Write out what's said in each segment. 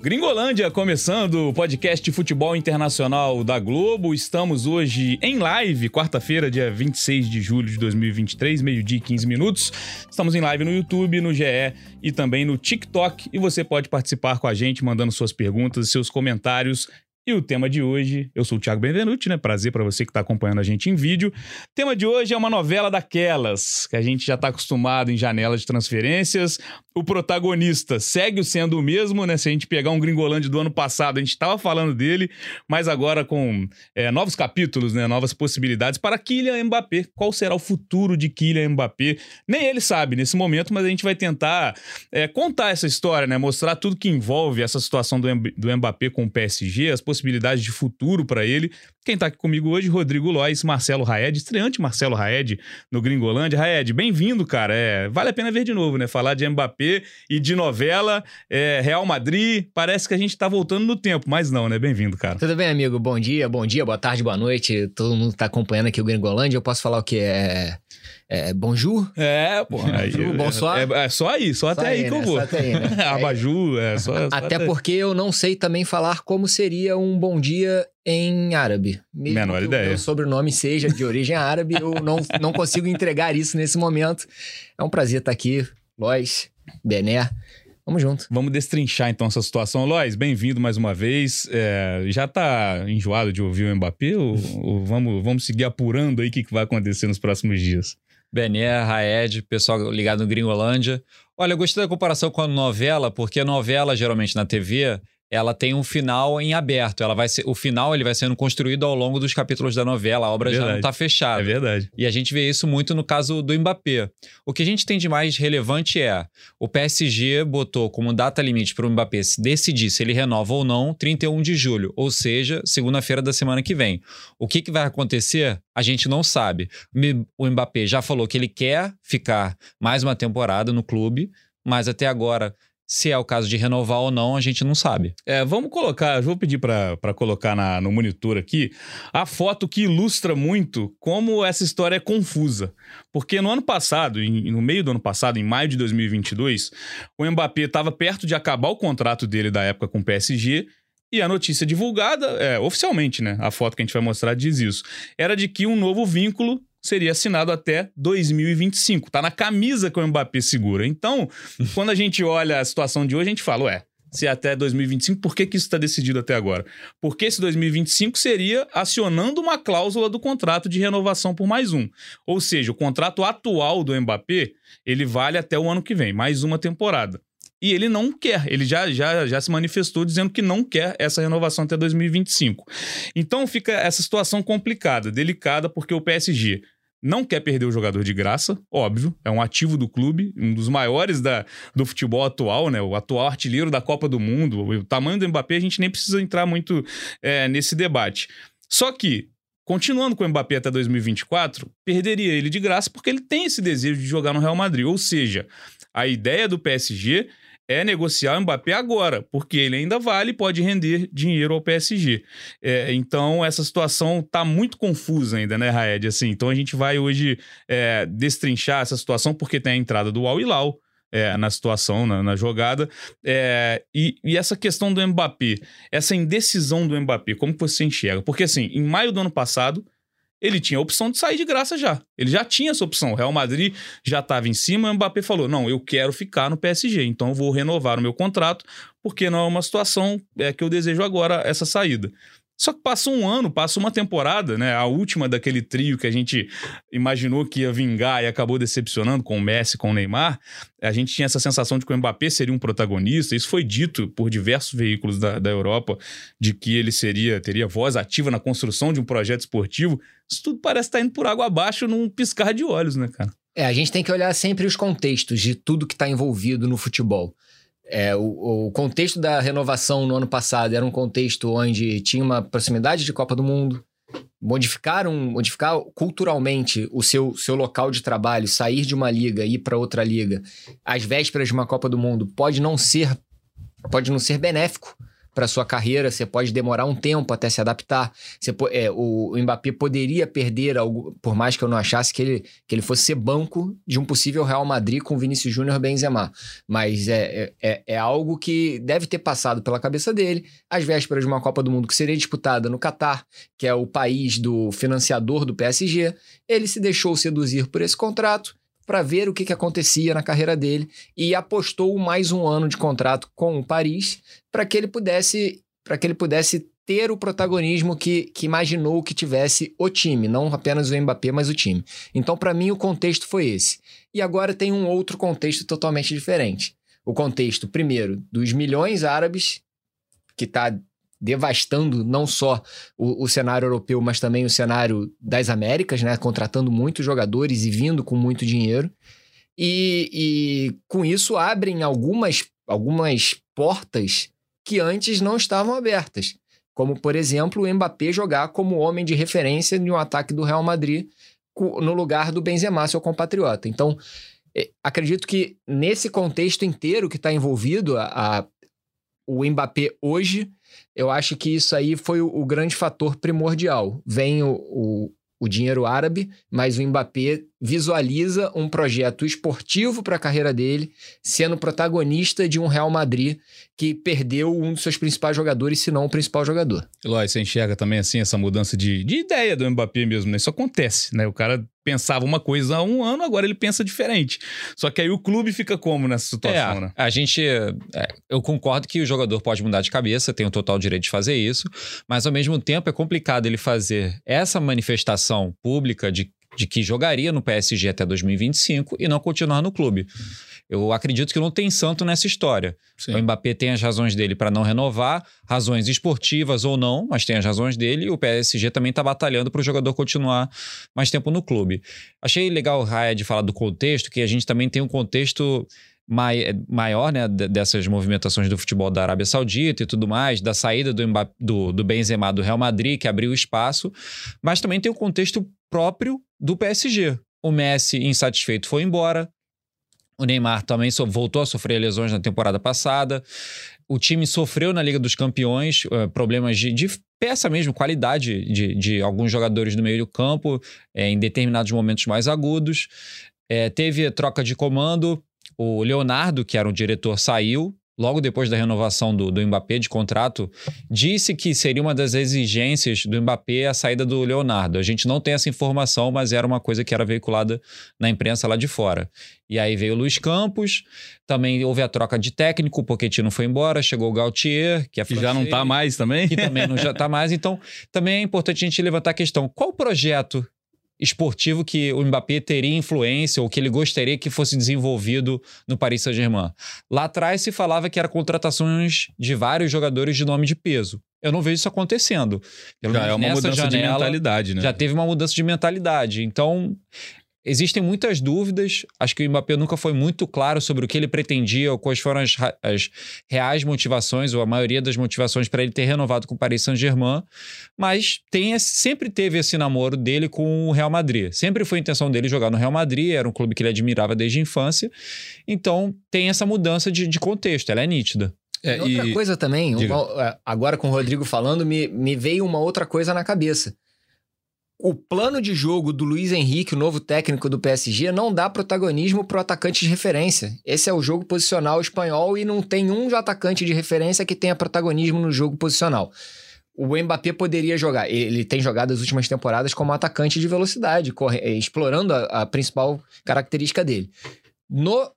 Gringolândia começando o podcast de futebol internacional da Globo. Estamos hoje em live, quarta-feira, dia 26 de julho de 2023, meio-dia e 15 minutos. Estamos em live no YouTube, no GE e também no TikTok. E você pode participar com a gente, mandando suas perguntas e seus comentários. E o tema de hoje, eu sou o Thiago Benvenuti, né? Prazer para você que está acompanhando a gente em vídeo. O tema de hoje é uma novela daquelas, que a gente já está acostumado em janela de transferências. O protagonista segue sendo o mesmo, né? Se a gente pegar um Gringolândia do ano passado, a gente estava falando dele, mas agora com novos capítulos, né? Novas possibilidades para Kylian Mbappé. Qual será o futuro de Kylian Mbappé? Nem ele sabe nesse momento, mas a gente vai tentar contar essa história, né? Mostrar tudo que envolve essa situação do Mbappé com o PSG, as possibilidades de futuro para ele. Quem tá aqui comigo hoje, Rodrigo Lois, Marcelo Raed, estreante Marcelo Raed no Gringolândia. Raed, bem-vindo, cara. Vale a pena ver de novo, né? Falar de Mbappé e de novela, Real Madrid, parece que a gente tá voltando no tempo, mas não, né? Bem-vindo, cara. Tudo bem, amigo? Bom dia, boa tarde, boa noite. Todo mundo tá acompanhando aqui o Gringolândia. Eu posso falar o que bonjour? Bonsoir? É só aí, só até aí que eu vou. Só até aí, né? Abajur, só até porque eu não sei também falar como seria um bom dia em árabe. Mesmo menor que ideia. o meu sobrenome seja de origem árabe, eu não consigo entregar isso nesse momento. É um prazer estar aqui, Lois, Bené. Vamos junto. Vamos destrinchar então essa situação. Lois, bem-vindo mais uma vez. Já tá enjoado de ouvir o Mbappé ou vamos seguir apurando aí o que vai acontecer nos próximos dias? Bené, Raed, pessoal ligado no Gringolândia. Olha, eu gostei da comparação com a novela, porque a novela, geralmente na TV, ela tem um final em aberto. O final ele vai sendo construído ao longo dos capítulos da novela. A obra já não está fechada. É verdade. E a gente vê isso muito no caso do Mbappé. O que a gente tem de mais relevante o PSG botou como data limite para o Mbappé se decidir se ele renova ou não 31 de julho, ou seja, segunda-feira da semana que vem. O que vai acontecer, a gente não sabe. O Mbappé já falou que ele quer ficar mais uma temporada no clube, mas até agora, se é o caso de renovar ou não, a gente não sabe. Vamos colocar, vou pedir para colocar no monitor aqui, a foto que ilustra muito como essa história é confusa. Porque no ano passado, no meio do ano passado, em maio de 2022, o Mbappé estava perto de acabar o contrato dele da época com o PSG, e a notícia divulgada, oficialmente, né? A foto que a gente vai mostrar diz isso. Era de que um novo vínculo seria assinado até 2025. Tá na camisa que o Mbappé segura. Então, quando a gente olha a situação de hoje, a gente fala, se é até 2025, por que isso está decidido até agora? Porque esse 2025 seria acionando uma cláusula do contrato de renovação por mais um. Ou seja, o contrato atual do Mbappé, ele vale até o ano que vem, mais uma temporada. E ele não quer, ele já se manifestou dizendo que não quer essa renovação até 2025. Então fica essa situação complicada, delicada, porque o PSG não quer perder o jogador de graça, óbvio, é um ativo do clube, um dos maiores do futebol atual, né? O atual artilheiro da Copa do Mundo, o tamanho do Mbappé, a gente nem precisa entrar muito nesse debate. Só que, continuando com o Mbappé até 2024, perderia ele de graça porque ele tem esse desejo de jogar no Real Madrid, ou seja, a ideia do PSG é negociar o Mbappé agora, porque ele ainda vale e pode render dinheiro ao PSG. Então, essa situação tá muito confusa ainda, né, Raed? Assim, então, a gente vai hoje destrinchar essa situação, porque tem a entrada do Al Hilal na situação, na jogada. E essa questão do Mbappé, essa indecisão do Mbappé, como que você enxerga? Porque, assim, em maio do ano passado, ele tinha a opção de sair de graça já. Ele já tinha essa opção. O Real Madrid já estava em cima, o Mbappé falou, não, eu quero ficar no PSG, então eu vou renovar o meu contrato, porque não é uma situação que eu desejo agora, essa saída. Só que passa um ano, passa uma temporada, né? A última daquele trio que a gente imaginou que ia vingar e acabou decepcionando com o Messi, com o Neymar. A gente tinha essa sensação de que o Mbappé seria um protagonista. Isso foi dito por diversos veículos da Europa, de que ele teria voz ativa na construção de um projeto esportivo. Isso tudo parece estar indo por água abaixo num piscar de olhos, né, cara? A gente tem que olhar sempre os contextos de tudo que está envolvido no futebol. O contexto da renovação no ano passado era um contexto onde tinha uma proximidade de Copa do Mundo, modificar culturalmente o seu local de trabalho, sair de uma liga e ir para outra liga, às vésperas de uma Copa do Mundo, pode não ser benéfico para sua carreira, você pode demorar um tempo até se adaptar. O Mbappé poderia perder algo, por mais que eu não achasse que ele fosse ser banco de um possível Real Madrid com Vinícius Júnior e Benzema. Mas é algo que deve ter passado pela cabeça dele, às vésperas de uma Copa do Mundo que seria disputada no Catar, que é o país do financiador do PSG. Ele se deixou seduzir por esse contrato para ver o que acontecia na carreira dele e apostou mais um ano de contrato com o Paris para que ele pudesse ter o protagonismo que imaginou que tivesse o time, não apenas o Mbappé, mas o time. Então, para mim, o contexto foi esse. E agora tem um outro contexto totalmente diferente. O contexto, primeiro, dos milhões árabes, que está devastando não só o cenário europeu, mas também o cenário das Américas, né? Contratando muitos jogadores e vindo com muito dinheiro. E com isso abrem algumas portas que antes não estavam abertas. Como, por exemplo, o Mbappé jogar como homem de referência em um ataque do Real Madrid no lugar do Benzema, seu compatriota. Então, acredito que nesse contexto inteiro que está envolvido o Mbappé hoje, eu acho que isso aí foi o grande fator primordial. Vem o dinheiro árabe, mas o Mbappé visualiza um projeto esportivo para a carreira dele, sendo protagonista de um Real Madrid que perdeu um dos seus principais jogadores, se não o principal jogador. Eloy, você enxerga também assim essa mudança de ideia do Mbappé mesmo, né? Isso acontece, né? O cara pensava uma coisa há um ano, agora ele pensa diferente. Só que aí o clube fica como nessa situação, né? Eu concordo que o jogador pode mudar de cabeça, tem o total direito de fazer isso, mas ao mesmo tempo é complicado ele fazer essa manifestação pública de que jogaria no PSG até 2025 e não continuar no clube. Eu acredito que não tem santo nessa história. Sim. O Mbappé tem as razões dele para não renovar, razões esportivas ou não, mas tem as razões dele, e o PSG também está batalhando para o jogador continuar mais tempo no clube. Achei legal o Raed falar do contexto, que a gente também tem um contexto maior, né, dessas movimentações do futebol da Arábia Saudita e tudo mais, da saída do Benzema do Real Madrid, que abriu espaço, mas também tem o contexto próprio do PSG. O Messi, insatisfeito, foi embora. O Neymar também voltou a sofrer lesões na temporada passada. O time sofreu na Liga dos Campeões, problemas de peça mesmo, qualidade de alguns jogadores do meio do campo, em determinados momentos mais agudos. Teve troca de comando. O Leonardo, que era o diretor, saiu. Logo depois da renovação do Mbappé de contrato, disse que seria uma das exigências do Mbappé a saída do Leonardo. A gente não tem essa informação, mas era uma coisa que era veiculada na imprensa lá de fora. E aí veio o Luiz Campos, também houve a troca de técnico, o Pochettino foi embora, chegou o Gautier, que é francês, já não está mais também? Que também não já está mais. Então, também é importante a gente levantar a questão, qual o projeto esportivo que o Mbappé teria influência ou que ele gostaria que fosse desenvolvido no Paris Saint-Germain? Lá atrás se falava que eram contratações de vários jogadores de nome de peso. Eu não vejo isso acontecendo. Já é uma mudança de mentalidade, né? Já teve uma mudança de mentalidade. Então, existem muitas dúvidas. Acho que o Mbappé nunca foi muito claro sobre o que ele pretendia ou quais foram as reais motivações, ou a maioria das motivações para ele ter renovado com o Paris Saint-Germain. Mas sempre teve esse namoro dele com o Real Madrid. Sempre foi a intenção dele jogar no Real Madrid, era um clube que ele admirava desde a infância. Então, tem essa mudança de contexto, ela é nítida. Outra coisa também, agora com o Rodrigo falando, me veio uma outra coisa na cabeça. O plano de jogo do Luiz Henrique, o novo técnico do PSG, não dá protagonismo para o atacante de referência. Esse é o jogo posicional espanhol e não tem um atacante de referência que tenha protagonismo no jogo posicional. O Mbappé poderia jogar, ele tem jogado as últimas temporadas como atacante de velocidade, explorando a principal característica dele. No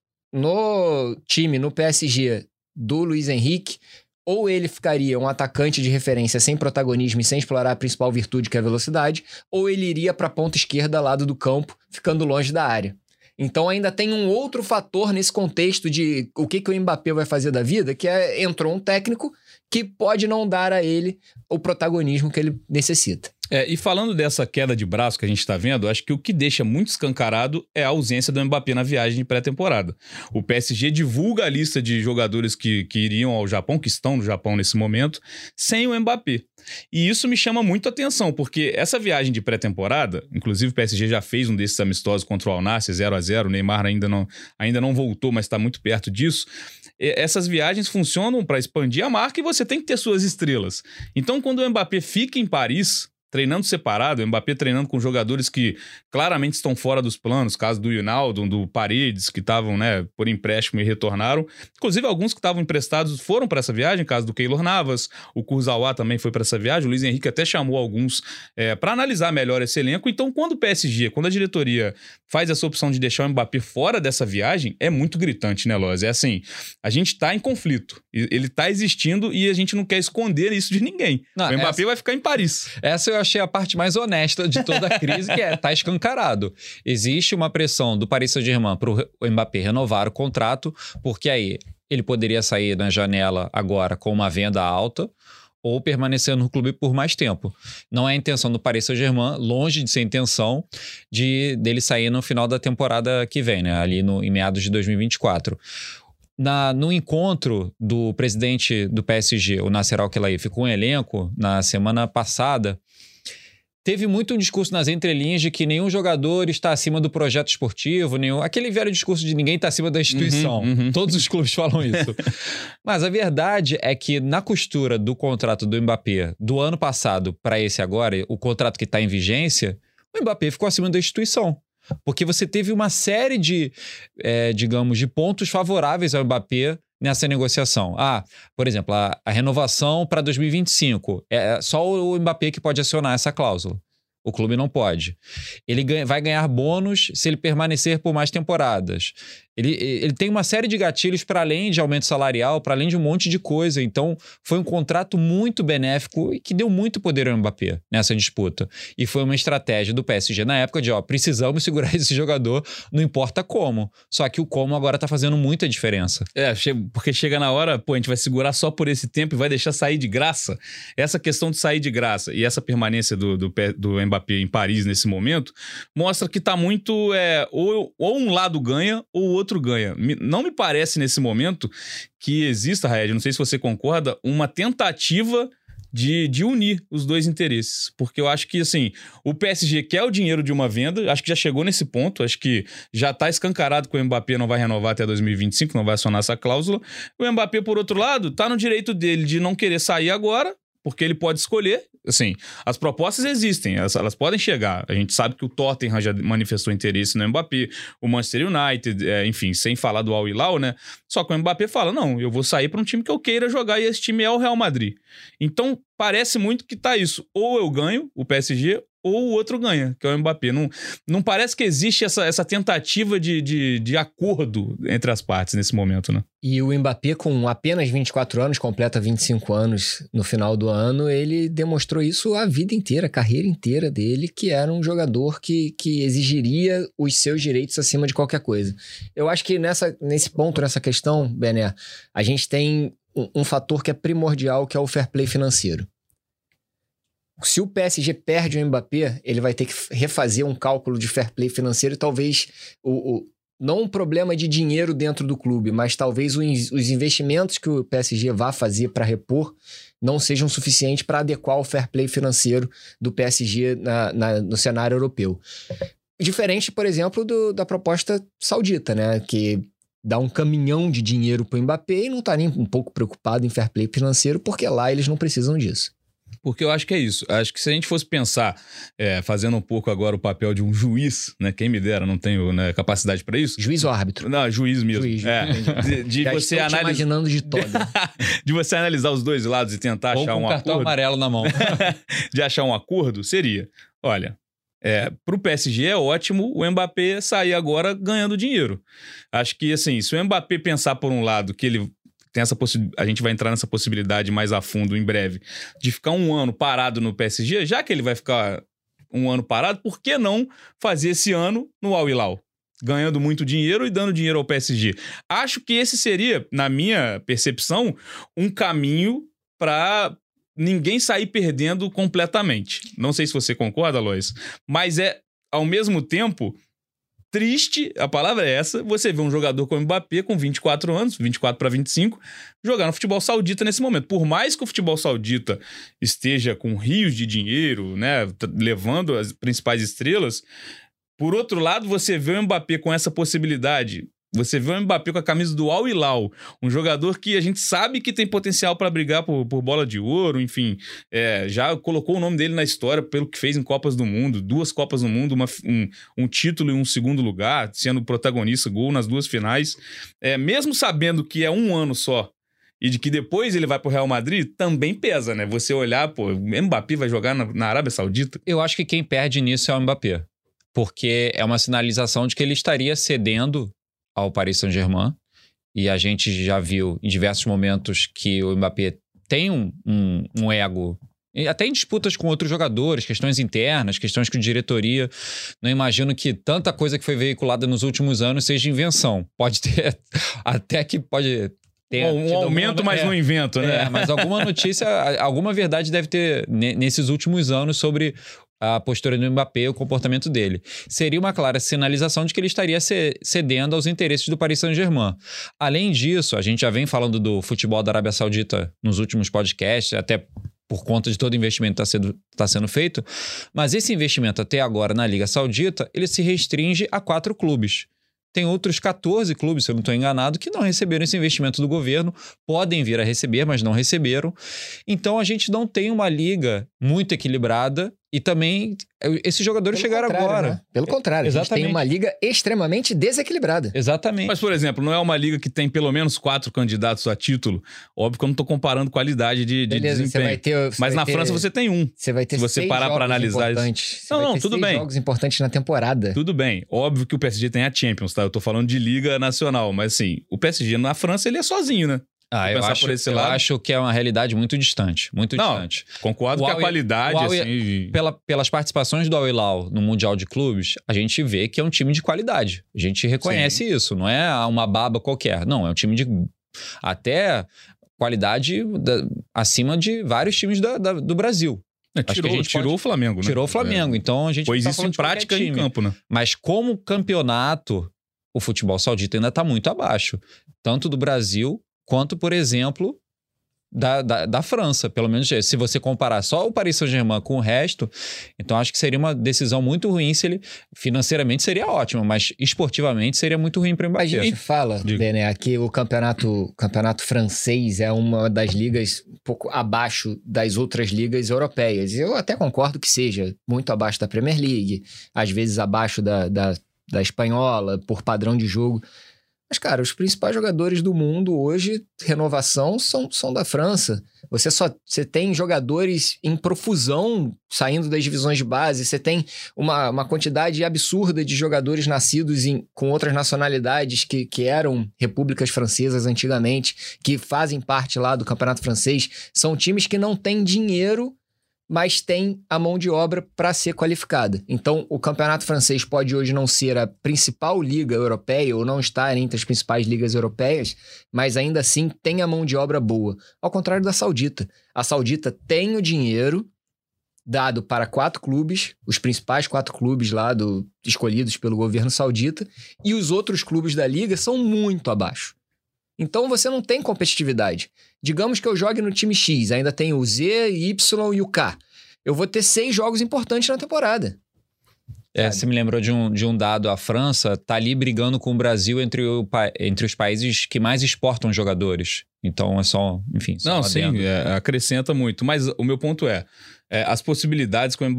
time, no PSG do Luiz Henrique, ou ele ficaria um atacante de referência sem protagonismo e sem explorar a principal virtude, que é a velocidade, ou ele iria para a ponta esquerda, lado do campo, ficando longe da área. Então ainda tem um outro fator nesse contexto de o que o Mbappé vai fazer da vida, que entrou um técnico que pode não dar a ele o protagonismo que ele necessita. E falando dessa queda de braço que a gente está vendo, acho que o que deixa muito escancarado é a ausência do Mbappé na viagem de pré-temporada. O PSG divulga a lista de jogadores que iriam ao Japão, que estão no Japão nesse momento, sem o Mbappé. E isso me chama muito a atenção, porque essa viagem de pré-temporada, inclusive o PSG já fez um desses amistosos contra o Al Nassr, 0-0, o Neymar ainda não voltou, mas está muito perto disso. essas viagens funcionam para expandir a marca e você tem que ter suas estrelas. Então, quando o Mbappé fica em Paris, treinando separado, o Mbappé treinando com jogadores que claramente estão fora dos planos, caso do Wijnaldum, do Paredes, que estavam, né, por empréstimo e retornaram. Inclusive, alguns que estavam emprestados foram para essa viagem, caso do Keylor Navas, o Kurzawa também foi para essa viagem, o Luiz Henrique até chamou alguns para analisar melhor esse elenco. Então, quando o PSG, quando a diretoria faz essa opção de deixar o Mbappé fora dessa viagem, é muito gritante, né, Loz? É assim, a gente tá em conflito, ele tá existindo e a gente não quer esconder isso de ninguém. Não, o Mbappé vai ficar em Paris. Essa eu achei a parte mais honesta de toda a crise, que tá escancarado. Existe uma pressão do Paris Saint-Germain para o Mbappé renovar o contrato, porque aí ele poderia sair na janela agora com uma venda alta ou permanecer no clube por mais tempo. Não é a intenção do Paris Saint-Germain, longe de ser a intenção dele sair no final da temporada que vem, né? Ali em meados de 2024. No encontro do presidente do PSG, o Nasser Al-Khelaifi, com o elenco, na semana passada, teve muito um discurso nas entrelinhas de que nenhum jogador está acima do projeto esportivo, aquele velho discurso de ninguém está acima da instituição. Todos os clubes falam isso. Mas a verdade é que na costura do contrato do Mbappé do ano passado para esse agora, o contrato que está em vigência, o Mbappé ficou acima da instituição. Porque você teve uma série de, digamos, de pontos favoráveis ao Mbappé nessa negociação. Por exemplo, a renovação para 2025. É só o Mbappé que pode acionar essa cláusula. O clube não pode. Ele vai ganhar bônus se ele permanecer por mais temporadas. Ele tem uma série de gatilhos para além de aumento salarial, para além de um monte de coisa. Então, foi um contrato muito benéfico e que deu muito poder ao Mbappé nessa disputa. E foi uma estratégia do PSG na época de, precisamos segurar esse jogador, não importa como. Só que o como agora tá fazendo muita diferença. Porque chega na hora, a gente vai segurar só por esse tempo e vai deixar sair de graça. Essa questão de sair de graça e essa permanência do Mbappé em Paris nesse momento, mostra que tá muito, ou um lado ganha ou o outro ganha. Não me parece nesse momento que exista, Raed, não sei se você concorda, uma tentativa de unir os dois interesses, porque eu acho que, assim, o PSG quer o dinheiro de uma venda, acho que já chegou nesse ponto, acho que já tá escancarado que o Mbappé não vai renovar até 2025, não vai acionar essa cláusula. O Mbappé, por outro lado, tá no direito dele de não querer sair agora, porque ele pode escolher. Assim, as propostas existem, elas podem chegar. A gente sabe que o Tottenham já manifestou interesse no Mbappé, o Manchester United, enfim, sem falar do Al Hilal, né? Só que o Mbappé fala, não, eu vou sair para um time que eu queira jogar e esse time é o Real Madrid. Então, parece muito que tá isso. Ou eu ganho, o PSG, ou o outro ganha, que é o Mbappé. Não parece que existe essa tentativa de acordo entre as partes nesse momento, né? E o Mbappé, com apenas 24 anos, completa 25 anos no final do ano, ele demonstrou isso a vida inteira, a carreira inteira dele, que era um jogador que exigiria os seus direitos acima de qualquer coisa. Eu acho que nesse ponto, nessa questão, Bené, a gente tem um fator que é primordial, que é o fair play financeiro. Se o PSG perde o Mbappé, ele vai ter que refazer um cálculo de fair play financeiro e talvez não um problema de dinheiro dentro do clube, mas talvez os investimentos que o PSG vá fazer para repor não sejam suficientes para adequar o fair play financeiro do PSG no cenário europeu. Diferente, por exemplo, da proposta saudita, né? Que dá um caminhão de dinheiro para o Mbappé e não está nem um pouco preocupado em fair play financeiro, porque lá eles não precisam disso. Porque eu acho que é isso. Acho que se a gente fosse pensar, fazendo um pouco agora o papel de um juiz, né? Quem me dera, não tenho, né, capacidade para isso. Juiz ou árbitro? Não, juiz mesmo. Juiz. De Já você estou te imaginando de todo. De você analisar os dois lados e tentar achar um acordo. Com cartão amarelo na mão. De achar um acordo, seria, olha, pro PSG é ótimo o Mbappé sair agora ganhando dinheiro. Acho que, assim, se o Mbappé pensar por um lado que ele tem essa a gente vai entrar nessa possibilidade mais a fundo em breve, de ficar um ano parado no PSG, já que ele vai ficar um ano parado, por que não fazer esse ano no Al Hilal? Ganhando muito dinheiro e dando dinheiro ao PSG. Acho que esse seria, na minha percepção, um caminho para ninguém sair perdendo completamente. Não sei se você concorda, Lois, mas ao mesmo tempo, triste, a palavra é essa, você vê um jogador como o Mbappé com 24 anos, 24 para 25, jogar no futebol saudita nesse momento. Por mais que o futebol saudita esteja com rios de dinheiro, né, levando as principais estrelas, por outro lado, você vê o Mbappé com essa possibilidade Você vê o Mbappé com a camisa do Al Hilal, um jogador que a gente sabe que tem potencial para brigar por bola de ouro, enfim, já colocou o nome dele na história pelo que fez em Copas do Mundo, 2 Copas do Mundo, um título e um segundo lugar, sendo protagonista, gol nas 2 finais. Mesmo sabendo que é um ano só, e de que depois ele vai pro Real Madrid, também pesa, né? Você olhar, o Mbappé vai jogar na Arábia Saudita. Eu acho que quem perde nisso é o Mbappé. Porque é uma sinalização de que ele estaria cedendo ao Paris Saint-Germain. E a gente já viu em diversos momentos que o Mbappé tem um ego, até em disputas com outros jogadores, questões internas, questões com diretoria. Não imagino que tanta coisa que foi veiculada nos últimos anos seja invenção. Pode ter, até que pode... Um aumento, mas não invento, né? Mas alguma notícia, alguma verdade deve ter nesses últimos anos sobre a postura do Mbappé, o comportamento dele. Seria uma clara sinalização de que ele estaria cedendo aos interesses do Paris Saint-Germain. Além disso, a gente já vem falando do futebol da Arábia Saudita nos últimos podcasts, até por conta de todo o investimento que está sendo feito, mas esse investimento até agora na Liga Saudita, ele se restringe a 4 clubes. Tem outros 14 clubes, se eu não estou enganado, que não receberam esse investimento do governo. Podem vir a receber, mas não receberam. Então, a gente não tem uma liga muito equilibrada e também esses jogadores chegaram agora. Né? Pelo contrário, Exatamente. A gente tem uma liga extremamente desequilibrada. Exatamente. Mas, por exemplo, não é uma liga que tem pelo menos 4 candidatos a título? Óbvio que eu não estou comparando qualidade de desempenho. Você vai ter, mas na França você tem um. Você vai ter se você parar para analisar isso. Não, tudo bem. Jogos importantes na temporada. Tudo bem. Óbvio que o PSG tem a Champions, tá? Eu tô falando de liga nacional, mas assim, o PSG na França ele é sozinho, né? Eu acho que é uma realidade muito distante. Muito distante. Concordo que a qualidade, assim... Pelas participações do Al Hilal no Mundial de Clubes, a gente vê que é um time de qualidade. A gente reconhece isso. Não é uma baba qualquer. Não, é um time de... Até qualidade acima de vários times do Brasil. Tirou o Flamengo, né? Tirou o Flamengo. Então a gente pôs isso em prática em campo, né? Mas como campeonato, o futebol saudita ainda está muito abaixo. Tanto do Brasil... quanto, por exemplo, da França. Pelo menos, se você comparar só o Paris Saint-Germain com o resto, então acho que seria uma decisão muito ruim se ele... Financeiramente seria ótimo, mas esportivamente seria muito ruim para o Mbappé. A gente fala, Bené, que o campeonato francês é uma das ligas um pouco abaixo das outras ligas europeias. Eu até concordo que seja muito abaixo da Premier League, às vezes abaixo da espanhola, por padrão de jogo. Mas, cara, os principais jogadores do mundo hoje, renovação, são da França. Você tem jogadores em profusão saindo das divisões de base, você tem uma quantidade absurda de jogadores nascidos com outras nacionalidades que eram repúblicas francesas antigamente, que fazem parte lá do campeonato francês. São times que não têm dinheiro, mas tem a mão de obra para ser qualificada. Então, o campeonato francês pode hoje não ser a principal liga europeia ou não estar entre as principais ligas europeias, mas ainda assim tem a mão de obra boa. Ao contrário da Saudita. A Saudita tem o dinheiro dado para 4 clubes, os principais 4 clubes lá escolhidos pelo governo saudita, e os outros clubes da liga são muito abaixo. Então você não tem competitividade. Digamos que eu jogue no time X, ainda tem o Z, Y e o K. Eu vou ter 6 jogos importantes na temporada. Você me lembrou de um dado, a França tá ali brigando com o Brasil entre os países que mais exportam jogadores. Então é só, enfim... Não, sim, acrescenta muito. Mas o meu ponto das possibilidades que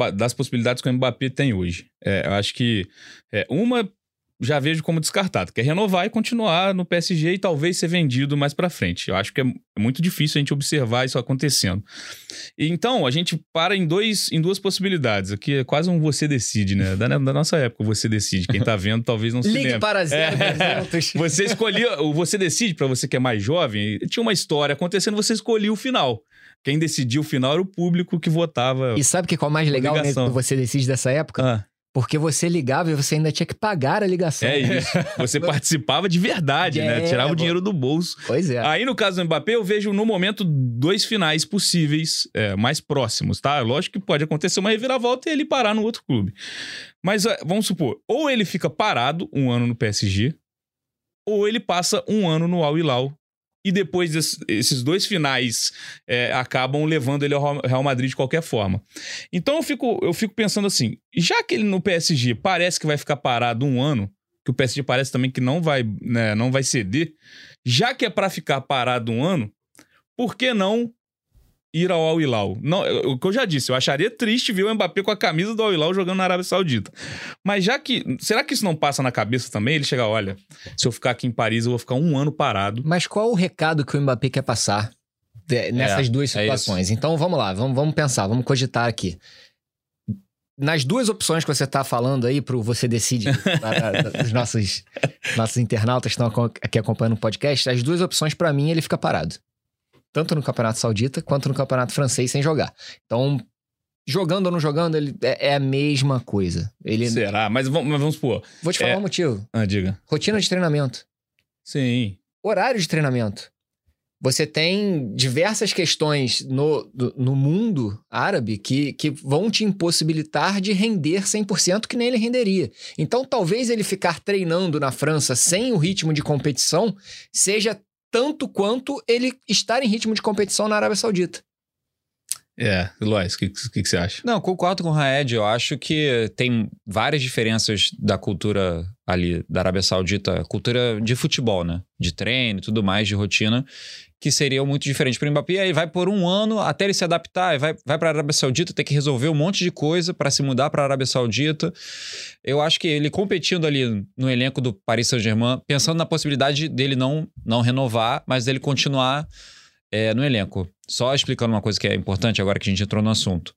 o Mbappé tem hoje. Eu acho que uma... já vejo como descartado, que é renovar e continuar no PSG e talvez ser vendido mais pra frente. Eu acho que é muito difícil a gente observar isso acontecendo. E então, a gente para em duas possibilidades. Aqui é quase um você decide, né? Da nossa época, você decide. Quem tá vendo talvez não se lembre. Ligue para 0300. Você escolhia, o você decide, pra você que é mais jovem, tinha uma história acontecendo, você escolhia o final. Quem decidia o final era o público que votava. E sabe o que é o mais legal do você decide dessa época? Porque você ligava e você ainda tinha que pagar a ligação. É isso. Você participava de verdade, né? Tirava o dinheiro do bolso. Pois é. Aí, no caso do Mbappé, eu vejo, no momento, 2 finais possíveis, mais próximos, tá? Lógico que pode acontecer uma reviravolta e ele parar no outro clube. Mas, vamos supor, ou ele fica parado 1 ano no PSG, ou ele passa 1 ano no Al Hilal. E depois esses 2 finais acabam levando ele ao Real Madrid de qualquer forma. Então eu fico pensando assim, já que ele no PSG parece que vai ficar parado 1 ano, que o PSG parece também que não vai, né, não vai ceder, já que é para ficar parado um ano, por que não ir ao Al Hilal? Não, o que eu já disse, eu acharia triste ver o Mbappé com a camisa do Al Hilal jogando na Arábia Saudita. Mas já que... Será que isso não passa na cabeça também? Ele chega, olha, se eu ficar aqui em Paris, eu vou ficar um ano parado. Mas qual o recado que o Mbappé quer passar nessas duas situações? Então vamos lá, vamos pensar, vamos cogitar aqui. Nas duas opções que você está falando aí, pro Você Decide, para os nossos internautas que estão aqui acompanhando o podcast, as duas opções, para mim, ele fica parado. Tanto no Campeonato Saudita quanto no Campeonato Francês sem jogar. Então, jogando ou não jogando, ele é a mesma coisa. Será? Mas vamos supor. Vou te falar um motivo. Diga. Rotina de treinamento. Sim. Horário de treinamento. Você tem diversas questões no mundo árabe que vão te impossibilitar de render 100% que nem ele renderia. Então, talvez ele ficar treinando na França sem o ritmo de competição seja tanto quanto ele estar em ritmo de competição na Arábia Saudita. Lois, o que você acha? Não, concordo com o Raed. Eu acho que tem várias diferenças da cultura ali da Arábia Saudita, cultura de futebol, né? De treino e tudo mais, de rotina, que seriam muito diferentes para o Mbappé. Aí vai por um ano até ele se adaptar, vai para a Arábia Saudita, ter que resolver um monte de coisa para se mudar para a Arábia Saudita. Eu acho que ele competindo ali no elenco do Paris Saint-Germain, pensando na possibilidade dele não renovar, mas dele continuar no elenco. Só explicando uma coisa que é importante agora que a gente entrou no assunto.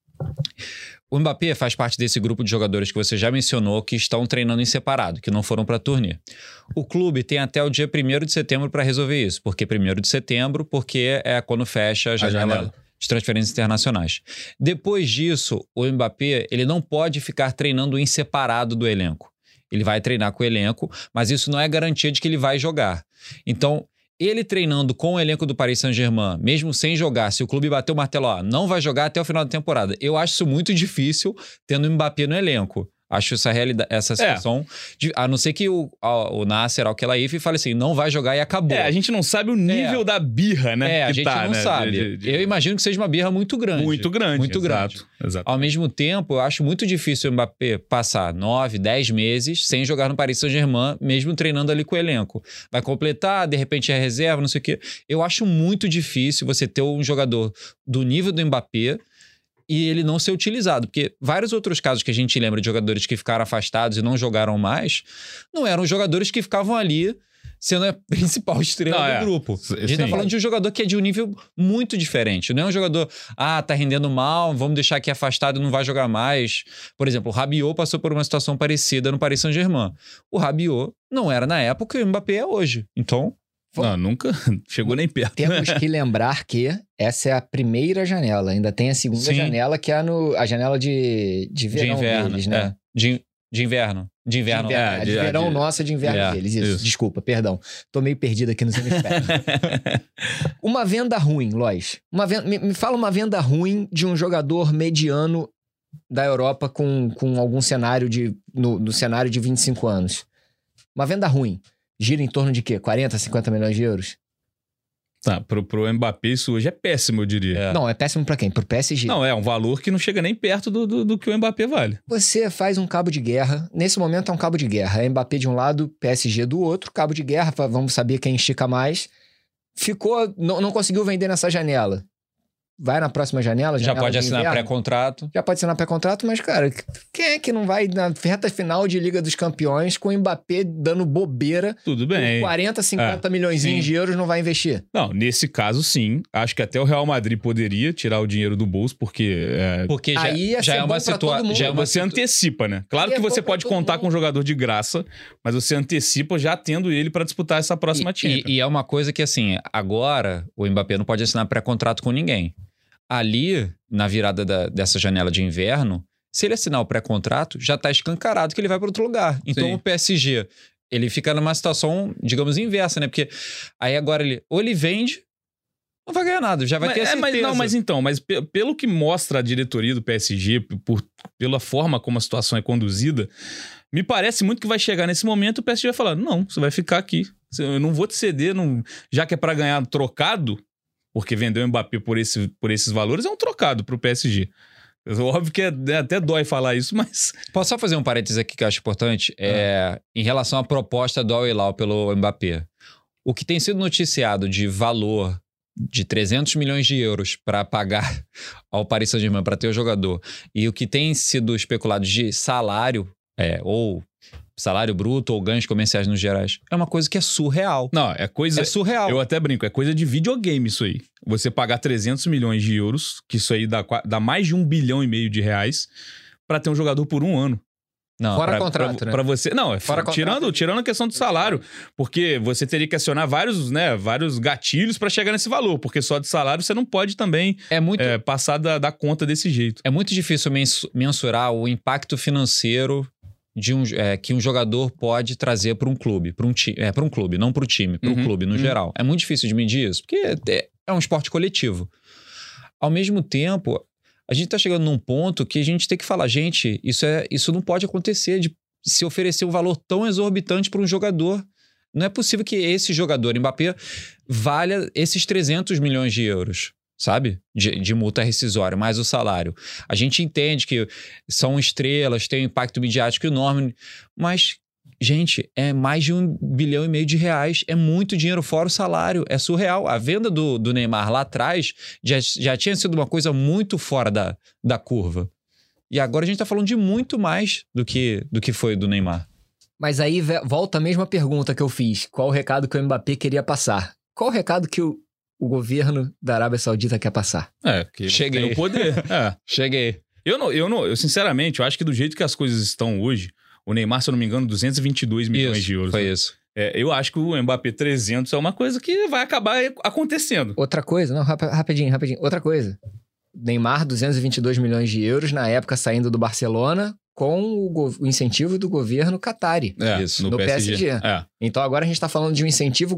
O Mbappé faz parte desse grupo de jogadores que você já mencionou que estão treinando em separado, que não foram para a turnê. O clube tem até o dia 1º de setembro para resolver isso. Por que 1º de setembro? Porque é quando fecha a janela de transferências internacionais. Depois disso, o Mbappé ele não pode ficar treinando em separado do elenco. Ele vai treinar com o elenco, mas isso não é garantia de que ele vai jogar. Então, ele treinando com o elenco do Paris Saint-Germain, mesmo sem jogar, se o clube bater o martelo, não vai jogar até o final da temporada. Eu acho isso muito difícil tendo o Mbappé no elenco. Acho essa situação... A não ser que o Nasser Al-Khelaifi fale assim, não vai jogar e acabou. A gente não sabe o nível da birra, né? A gente não sabe. Eu imagino que seja uma birra muito grande. Muito grande. Exato. Ao mesmo tempo, eu acho muito difícil o Mbappé passar 9, 10 meses sem jogar no Paris Saint-Germain, mesmo treinando ali com o elenco. Vai completar, de repente é reserva, não sei o quê. Eu acho muito difícil você ter um jogador do nível do Mbappé e ele não ser utilizado, porque vários outros casos que a gente lembra de jogadores que ficaram afastados e não jogaram mais, não eram jogadores que ficavam ali sendo a principal estrela do grupo. A gente tá falando de um jogador que é de um nível muito diferente. Não é um jogador, tá rendendo mal, vamos deixar aqui afastado e não vai jogar mais. Por exemplo, o Rabiot passou por uma situação parecida no Paris Saint-Germain. O Rabiot não era na época e o Mbappé é hoje. Então... Não, nunca chegou nem perto. Temos que lembrar que essa é a primeira janela. Ainda tem a segunda janela, que é a janela de verão deles, né? De inverno. De verão nossa, de inverno deles. Isso. Desculpa, perdão. Tô meio perdido aqui nos hemisférios. Uma venda ruim, Lois. Me fala uma venda ruim de um jogador mediano da Europa com algum cenário no cenário de 25 anos. Uma venda ruim. Gira em torno de quê? 40, 50 milhões de euros? Tá, pro Mbappé isso hoje é péssimo, eu diria. Não, é péssimo pra quem? Pro PSG. Não, é um valor que não chega nem perto do que o Mbappé vale. Você faz um cabo de guerra, nesse momento é um cabo de guerra. É Mbappé de um lado, PSG do outro, cabo de guerra, vamos saber quem estica mais. Não conseguiu vender nessa janela. Vai na próxima janela já pode assinar pré-contrato. Já pode assinar pré-contrato, mas, cara, quem é que não vai na reta final de Liga dos Campeões com o Mbappé dando bobeira? Tudo bem. 40, 50 milhões de euros não vai investir? Não, nesse caso, sim. Acho que até o Real Madrid poderia tirar o dinheiro do bolso, porque... Porque aí já é uma situação... Você antecipa, né? Claro que você pode contar com um jogador de graça, mas você antecipa já tendo ele para disputar essa próxima Champions. E é uma coisa que, assim, agora o Mbappé não pode assinar pré-contrato com ninguém. Ali, na virada dessa janela de inverno, se ele assinar o pré-contrato, já está escancarado que ele vai para outro lugar. Então, o PSG, ele fica numa situação, digamos, inversa, né? Porque aí agora ele vende, não vai ganhar nada, já vai ter a certeza. Mas pelo que mostra a diretoria do PSG, pela forma como a situação é conduzida, me parece muito que vai chegar nesse momento e o PSG vai falar, não, você vai ficar aqui. Eu não vou te ceder, já que é para ganhar trocado... Porque vender o Mbappé por esses valores é um trocado pro PSG. Óbvio que até dói falar isso, mas... Posso só fazer um parênteses aqui que eu acho importante? Em relação à proposta do Al Hilal pelo Mbappé. O que tem sido noticiado de valor de 300 milhões de euros para pagar ao Paris Saint-Germain para ter o jogador e o que tem sido especulado de salário, ou salário bruto ou ganhos comerciais nos gerais, é uma coisa que é surreal. Não, é coisa... É surreal. Eu até brinco, é coisa de videogame isso aí. Você pagar 300 milhões de euros, que isso aí dá mais de 1,5 bilhão de reais, pra ter um jogador por um ano. Não, Fora contrato, né? Pra você... Não, Fora tirando a questão do salário. Porque você teria que acionar vários gatilhos pra chegar nesse valor. Porque só de salário você não pode também passar da conta desse jeito. É muito difícil mensurar o impacto financeiro que um jogador pode trazer para um clube. Para um clube, não para o time. Para o clube, no geral. É muito difícil de medir isso. Porque é um esporte coletivo. Ao mesmo tempo... A gente tá chegando num ponto que a gente tem que falar, gente, isso não pode acontecer de se oferecer um valor tão exorbitante para um jogador. Não é possível que esse jogador, Mbappé, valha esses 300 milhões de euros, sabe? De multa rescisória, mais o salário. A gente entende que são estrelas, tem um impacto midiático enorme, mas... Gente, é mais de 1,5 bilhão de reais. É muito dinheiro fora o salário. É surreal. A venda do Neymar lá atrás já tinha sido uma coisa muito fora da curva. E agora a gente tá falando de muito mais do que foi do Neymar. Mas aí volta a mesma pergunta que eu fiz. Qual o recado que o Mbappé queria passar? Qual o recado que o governo da Arábia Saudita quer passar? Que Cheguei. tem o poder. Cheguei. Eu sinceramente, eu acho que do jeito que as coisas estão hoje... O Neymar, se eu não me engano, 222 milhões de euros. Foi isso. Eu acho que o Mbappé 300 é uma coisa que vai acabar acontecendo. Outra coisa, não, rapidinho. Outra coisa. Neymar, 222 milhões de euros, na época saindo do Barcelona, com o incentivo do governo Qatari. Isso, no PSG. Então agora a gente está falando de um incentivo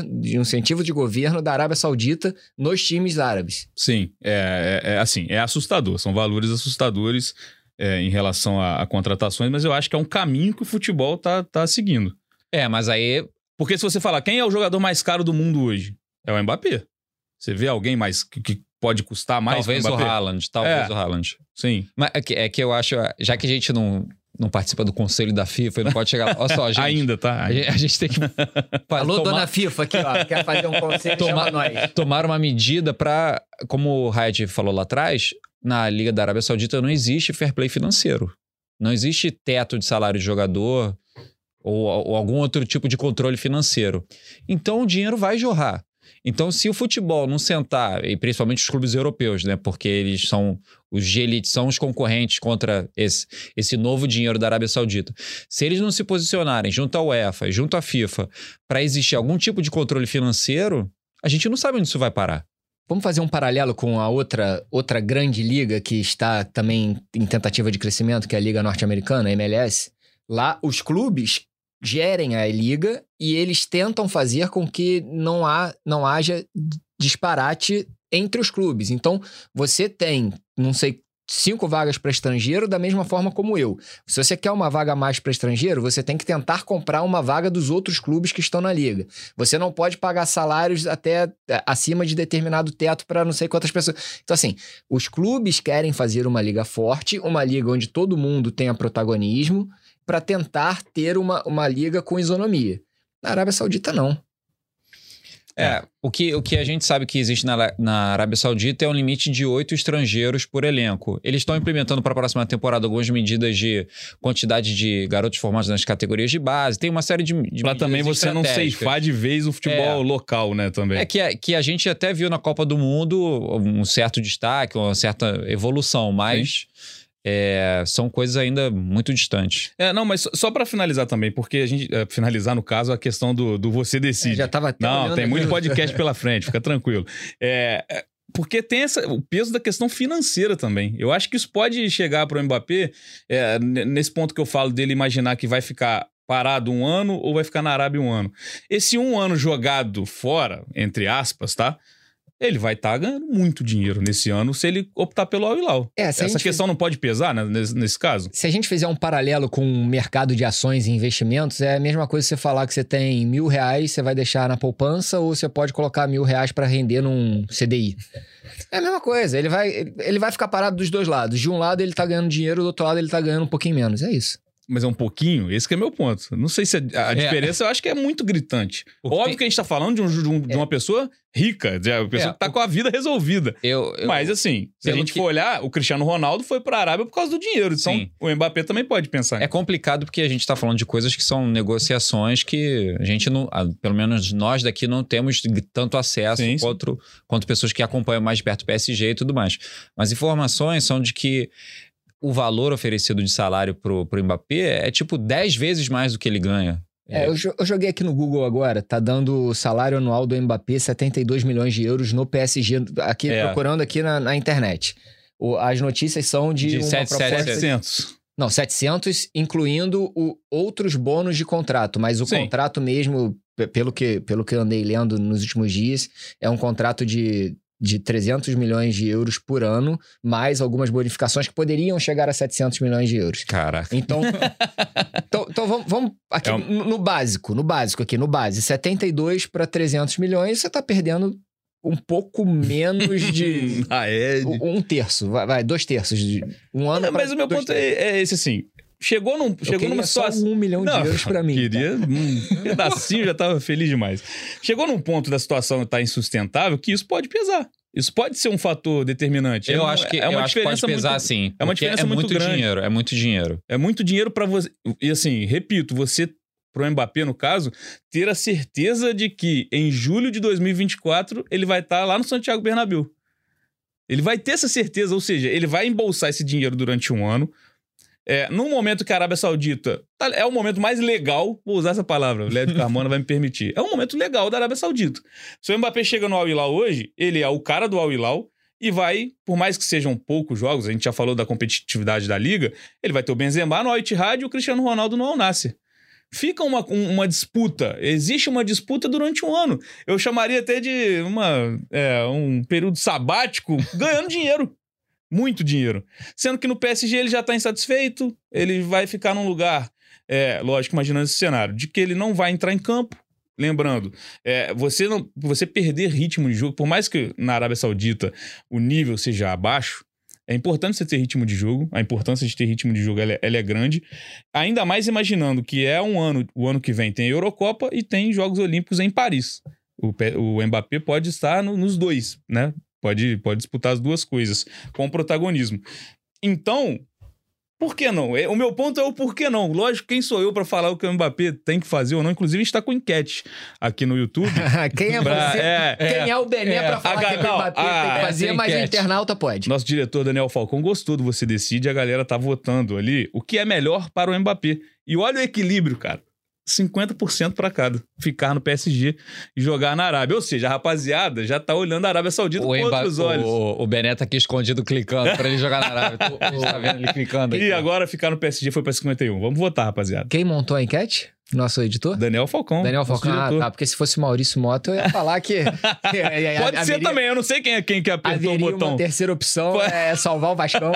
de governo da Arábia Saudita nos times árabes. Sim, assim, é assustador. São valores assustadores. Em relação a contratações, mas eu acho que é um caminho que o futebol tá seguindo. Mas aí... Porque se você falar, quem é o jogador mais caro do mundo hoje? É o Mbappé. Você vê alguém mais que pode custar mais? Talvez o Haaland. Talvez o Haaland. Sim. Mas é que eu acho... Já que a gente não participa do conselho da FIFA e não pode chegar... Olha só, gente... Ainda, tá? A gente tem que... Alô, dona FIFA aqui, ó. Quer fazer um conselho? Chama nós. Tomar uma medida para... Como o Hayat falou lá atrás... Na Liga da Arábia Saudita não existe fair play financeiro. Não existe teto de salário de jogador ou algum outro tipo de controle financeiro. Então o dinheiro vai jorrar. Então se o futebol não sentar, e principalmente os clubes europeus, né, porque eles são os de elite, são os concorrentes contra esse novo dinheiro da Arábia Saudita. Se eles não se posicionarem junto à UEFA, junto à FIFA, para existir algum tipo de controle financeiro, a gente não sabe onde isso vai parar. Vamos fazer um paralelo com a outra grande liga que está também em tentativa de crescimento, que é a Liga Norte-Americana, a MLS. Lá, os clubes gerem a liga e eles tentam fazer com que não haja disparate entre os clubes. Então, você tem, não sei, 5 vagas para estrangeiro da mesma forma como eu. Se você quer uma vaga a mais para estrangeiro, você tem que tentar comprar uma vaga dos outros clubes que estão na liga. Você não pode pagar salários até acima de determinado teto para não sei quantas pessoas. Então, assim, os clubes querem fazer uma liga forte, uma liga onde todo mundo tenha protagonismo, para tentar ter uma liga com isonomia. Na Arábia Saudita, não. O que a gente sabe que existe na Arábia Saudita é um limite de 8 estrangeiros por elenco. Eles estão implementando para a próxima temporada algumas medidas de quantidade de garotos formados nas categorias de base. Tem uma série de para também você não ceifar de vez o futebol local, né, também. Que a gente até viu na Copa do Mundo um certo destaque, uma certa evolução, mas... são coisas ainda muito distantes. Não, mas só pra finalizar também, porque a gente... finalizar, no caso, a questão do você decide. Já tava até Não, tem muito podcast pela frente, fica tranquilo. Porque tem o peso da questão financeira também. Eu acho que isso pode chegar pro Mbappé, nesse ponto que eu falo dele imaginar que vai ficar parado um ano ou vai ficar na Arábia um ano. Esse um ano jogado fora, entre aspas, tá? Ele vai estar ganhando muito dinheiro nesse ano se ele optar pelo Al Hilal. Essa questão não pode pesar, né, nesse caso? Se a gente fizer um paralelo com o mercado de ações e investimentos, é a mesma coisa você falar que você tem R$1.000, você vai deixar na poupança ou você pode colocar R$1.000 para render num CDI. É a mesma coisa. Ele vai ficar parado dos dois lados. De um lado ele tá ganhando dinheiro, do outro lado ele tá ganhando um pouquinho menos. É isso. Mas é um pouquinho, esse que é meu ponto. Não sei se a diferença eu acho que é muito gritante. Óbvio que a gente tá falando de uma pessoa rica, de uma pessoa que tá com a vida resolvida. Mas assim, se a gente for olhar, o Cristiano Ronaldo foi pra Arábia por causa do dinheiro. Então sim, o Mbappé também pode pensar. É complicado porque a gente tá falando de coisas que são negociações que a gente não, pelo menos nós daqui não temos tanto acesso quanto pessoas que acompanham mais de perto o PSG e tudo mais. Mas informações são de que o valor oferecido de salário pro Mbappé é tipo 10 vezes mais do que ele ganha. Eu joguei aqui no Google agora, tá dando o salário anual do Mbappé 72 milhões de euros no PSG, aqui procurando aqui na internet. As notícias são de uma proposta... 700. Não, 700, incluindo outros bônus de contrato, mas o contrato mesmo, pelo que eu andei lendo nos últimos dias, é um contrato de 300 milhões de euros por ano, mais algumas bonificações que poderiam chegar a 700 milhões de euros. Caraca. Então vamos aqui no básico aqui, no base, 72 para 300 milhões, você tá perdendo um pouco menos de... um terço, vai 2/3 de um ano. Mas o meu ponto é esse assim... Chegou numa situação... Só 1 milhão de euros pra mim. Queria um pedacinho, já tava feliz demais. Chegou num ponto da situação estar insustentável que isso pode pesar. Isso pode ser um fator determinante. Eu acho que pode pesar, sim. É uma diferença muito grande. Dinheiro, é muito dinheiro. É muito dinheiro pra você... E assim, repito, você, pro Mbappé, no caso, ter a certeza de que em julho de 2024 ele vai estar lá no Santiago Bernabéu. Ele vai ter essa certeza, ou seja, ele vai embolsar esse dinheiro durante um ano. Num momento que a Arábia Saudita é o momento mais legal, vou usar essa palavra, o Lédio Carmona vai me permitir, é um momento legal da Arábia Saudita. Se o Mbappé chega no Al Hilal hoje, ele é o cara do Al Hilal e vai, por mais que sejam poucos jogos, a gente já falou da competitividade da liga, ele vai ter o Benzema no Al Ittihad e o Cristiano Ronaldo no Al Nassr. Fica uma disputa, existe uma disputa durante um ano. Eu chamaria até de um período sabático ganhando dinheiro. Muito dinheiro. Sendo que no PSG ele já está insatisfeito, ele vai ficar num lugar, lógico, imaginando esse cenário, de que ele não vai entrar em campo. Lembrando, você perder ritmo de jogo, por mais que na Arábia Saudita o nível seja abaixo, é importante você ter ritmo de jogo, a importância de ter ritmo de jogo ela é grande, ainda mais imaginando que o ano que vem tem a Eurocopa e tem Jogos Olímpicos em Paris. O Mbappé pode estar nos dois, né? Pode disputar as duas coisas com protagonismo. Então, por que não? O meu ponto é o por que não. Lógico, quem sou eu para falar o que o Mbappé tem que fazer ou não? Inclusive, a gente está com enquete aqui no YouTube. Quem é você? Quem é o Bené para falar que o Mbappé tem que fazer, mas o internauta pode. Nosso diretor, Daniel Falcão, gostou do Você Decide. A galera tá votando ali o que é melhor para o Mbappé. E olha o equilíbrio, cara. 50% para cada. Ficar no PSG e jogar na Arábia. Ou seja, a rapaziada já tá olhando a Arábia Saudita com outros olhos. O Bené tá aqui escondido clicando para ele jogar na Arábia. A gente tá vendo ele clicando aqui. E agora ficar no PSG foi para 51. Vamos votar, rapaziada. Quem montou a enquete? Nosso editor? Daniel Falcão. Daniel Falcão, tá. Porque se fosse Maurício Mota, eu ia falar que... Pode ser também, eu não sei quem que apertou o botão. Uma terceira opção é salvar o Vascão.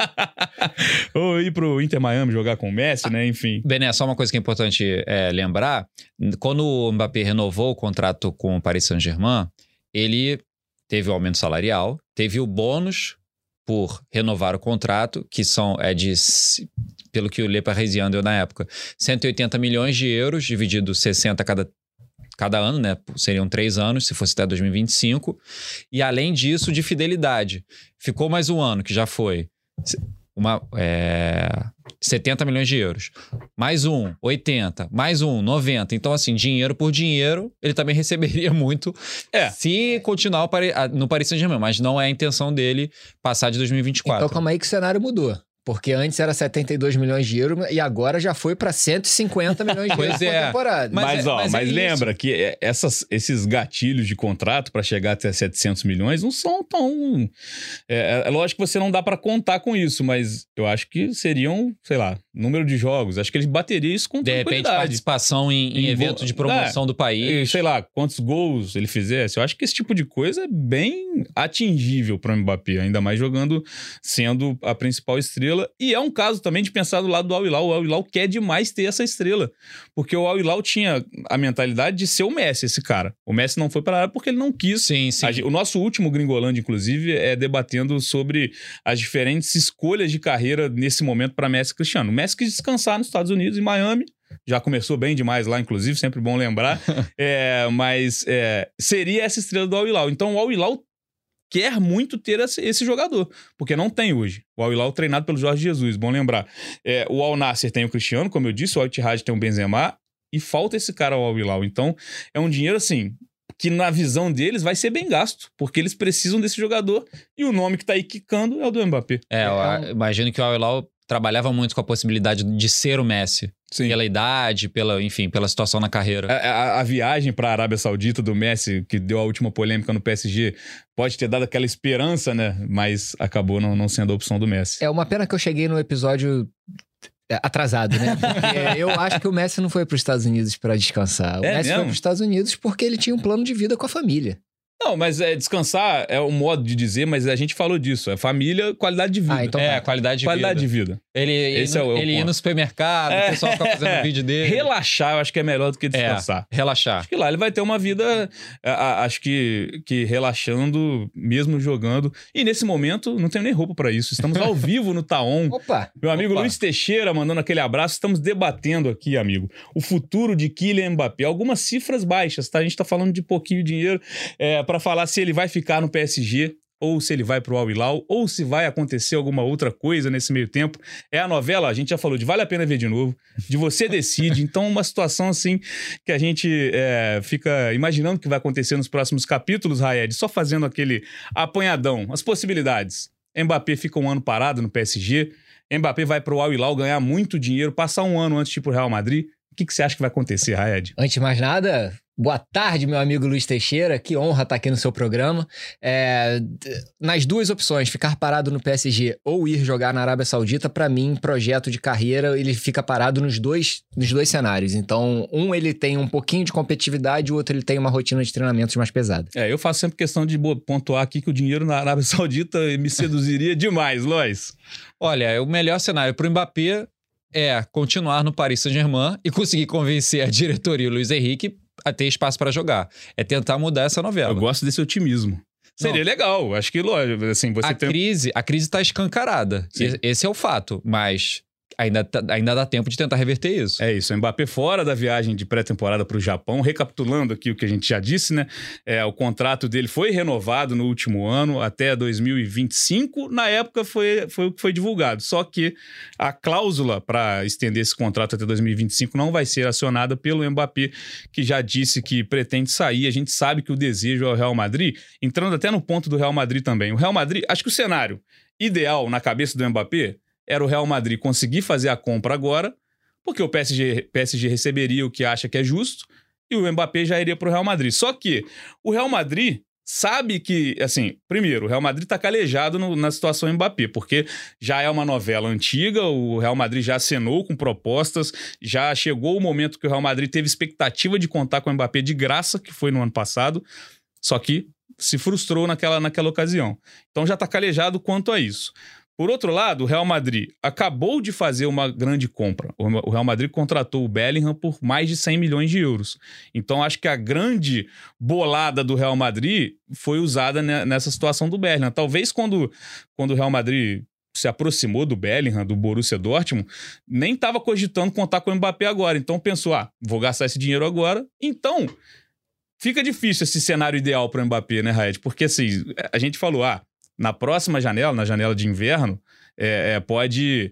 Ou ir pro Inter Miami jogar com o Messi, né? Enfim. Bené, só uma coisa que é importante lembrar. Quando o Mbappé renovou o contrato com o Paris Saint-Germain, ele teve o aumento salarial, teve o bônus por renovar o contrato, que pelo que o Le Parisien deu na época, 180 milhões de euros, dividido 60 cada ano, né? Seriam 3 anos, se fosse até 2025. E além disso, de fidelidade. Ficou mais um ano, que já foi 70 milhões de euros. Mais 80. Mais 90. Então, assim, dinheiro por dinheiro, ele também receberia muito se continuar no Paris Saint-Germain. Mas não é a intenção dele passar de 2024. Então, calma aí que o cenário mudou. Porque antes era 72 milhões de euros e agora já foi para 150 milhões de euros por temporada. Mas lembra que esses gatilhos de contrato para chegar até 700 milhões não são tão... É lógico que você não dá para contar com isso, mas eu acho que seriam, sei lá, número de jogos. Acho que ele bateria isso com De repente, tranquilidade. participação em evento de promoção do país. Sei lá, quantos gols ele fizesse. Eu acho que esse tipo de coisa é bem atingível para o Mbappé, ainda mais jogando, sendo a principal estrela. E é um caso também de pensar do lado do Al Hilal. O Al Hilal quer demais ter essa estrela, porque o Al Hilal tinha a mentalidade de ser o Messi, esse cara. O Messi não foi para lá porque ele não quis. Sim, sim. O nosso último Gringolândia, inclusive, é debatendo sobre as diferentes escolhas de carreira nesse momento para Messi e Cristiano. O Messi quis descansar nos Estados Unidos, em Miami. Já começou bem demais lá, inclusive, sempre bom lembrar. Mas seria essa estrela do Al Hilal. Então, o Al Hilal quer muito ter esse jogador, porque não tem hoje. O Al Hilal treinado pelo Jorge Jesus, bom lembrar. O Al Nassr tem o Cristiano, como eu disse, o Al Ittihad tem o Benzema, e falta esse cara ao Al Hilal. Então, é um dinheiro assim, que na visão deles vai ser bem gasto, porque eles precisam desse jogador, e o nome que tá aí quicando é o do Mbappé. Eu imagino que o Al Hilal trabalhava muito com a possibilidade de ser o Messi. Sim. Pela idade, pela situação na carreira. A viagem para a Arábia Saudita do Messi, que deu a última polêmica no PSG, pode ter dado aquela esperança, né? Mas acabou não sendo a opção do Messi. É uma pena que eu cheguei no episódio atrasado, né? Porque eu acho que o Messi não foi para os Estados Unidos para descansar. O Messi foi para os Estados Unidos porque ele tinha um plano de vida com a família. Não, mas descansar é um modo de dizer, mas a gente falou disso. É família, qualidade de vida. Então qualidade de vida. Ele ia no supermercado, o pessoal fica fazendo vídeo dele. Relaxar, eu acho que é melhor do que descansar. Relaxar. Acho que lá ele vai ter uma vida, acho que relaxando, mesmo jogando. E nesse momento, não tenho nem roupa pra isso. Estamos ao vivo no Taon. Opa! Meu amigo Luiz Teixeira mandando aquele abraço. Estamos debatendo aqui, amigo, o futuro de Kylian Mbappé. Algumas cifras baixas, tá? A gente tá falando de pouquinho dinheiro pra falar se ele vai ficar no PSG ou se ele vai pro Al Hilal, ou se vai acontecer alguma outra coisa nesse meio tempo. É a novela, a gente já falou de Vale a Pena Ver de Novo, de Você Decide. Então, uma situação assim que a gente fica imaginando que vai acontecer nos próximos capítulos, Raed, só fazendo aquele apanhadão, as possibilidades. Mbappé fica um ano parado no PSG, Mbappé vai pro Al Hilal ganhar muito dinheiro, passar um ano antes de ir pro Real Madrid. O que você acha que vai acontecer, Raed? Antes de mais nada, boa tarde, meu amigo Luiz Teixeira. Que honra estar aqui no seu programa. Nas duas opções, ficar parado no PSG ou ir jogar na Arábia Saudita, para mim, projeto de carreira, ele fica parado nos dois cenários. Então, ele tem um pouquinho de competitividade, o outro ele tem uma rotina de treinamentos mais pesada. Eu faço sempre questão de pontuar aqui que o dinheiro na Arábia Saudita me seduziria demais, Lois. Olha, o melhor cenário para o Mbappé é continuar no Paris Saint-Germain e conseguir convencer a diretoria e o Luiz Henrique a ter espaço para jogar. É tentar mudar essa novela. Eu gosto desse otimismo. Seria legal. Acho que, lógico, assim, você A crise está escancarada. Esse é o fato. Mas ainda dá tempo de tentar reverter isso. É isso. O Mbappé fora da viagem de pré-temporada para o Japão. Recapitulando aqui o que a gente já disse, né? O contrato dele foi renovado no último ano até 2025. Na época foi o que foi divulgado. Só que a cláusula para estender esse contrato até 2025 não vai ser acionada pelo Mbappé, que já disse que pretende sair. A gente sabe que o desejo é o Real Madrid. Entrando até no ponto do Real Madrid também. O Real Madrid, acho que o cenário ideal na cabeça do Mbappé era o Real Madrid conseguir fazer a compra agora, porque o PSG receberia o que acha que é justo e o Mbappé já iria para o Real Madrid. Só que o Real Madrid sabe que, assim, primeiro, o Real Madrid está calejado na situação Mbappé, porque já é uma novela antiga, o Real Madrid já acenou com propostas, já chegou o momento que o Real Madrid teve expectativa de contar com o Mbappé de graça, que foi no ano passado, só que se frustrou naquela ocasião. Então já está calejado quanto a isso. Por outro lado, o Real Madrid acabou de fazer uma grande compra. O Real Madrid contratou o Bellingham por mais de 100 milhões de euros. Então, acho que a grande bolada do Real Madrid foi usada nessa situação do Bellingham. Talvez quando o Real Madrid se aproximou do Bellingham, do Borussia Dortmund, nem estava cogitando contar com o Mbappé agora. Então, pensou, vou gastar esse dinheiro agora. Então, fica difícil esse cenário ideal para o Mbappé, né, Raed? Porque, assim, a gente falou, na próxima janela, na janela de inverno, pode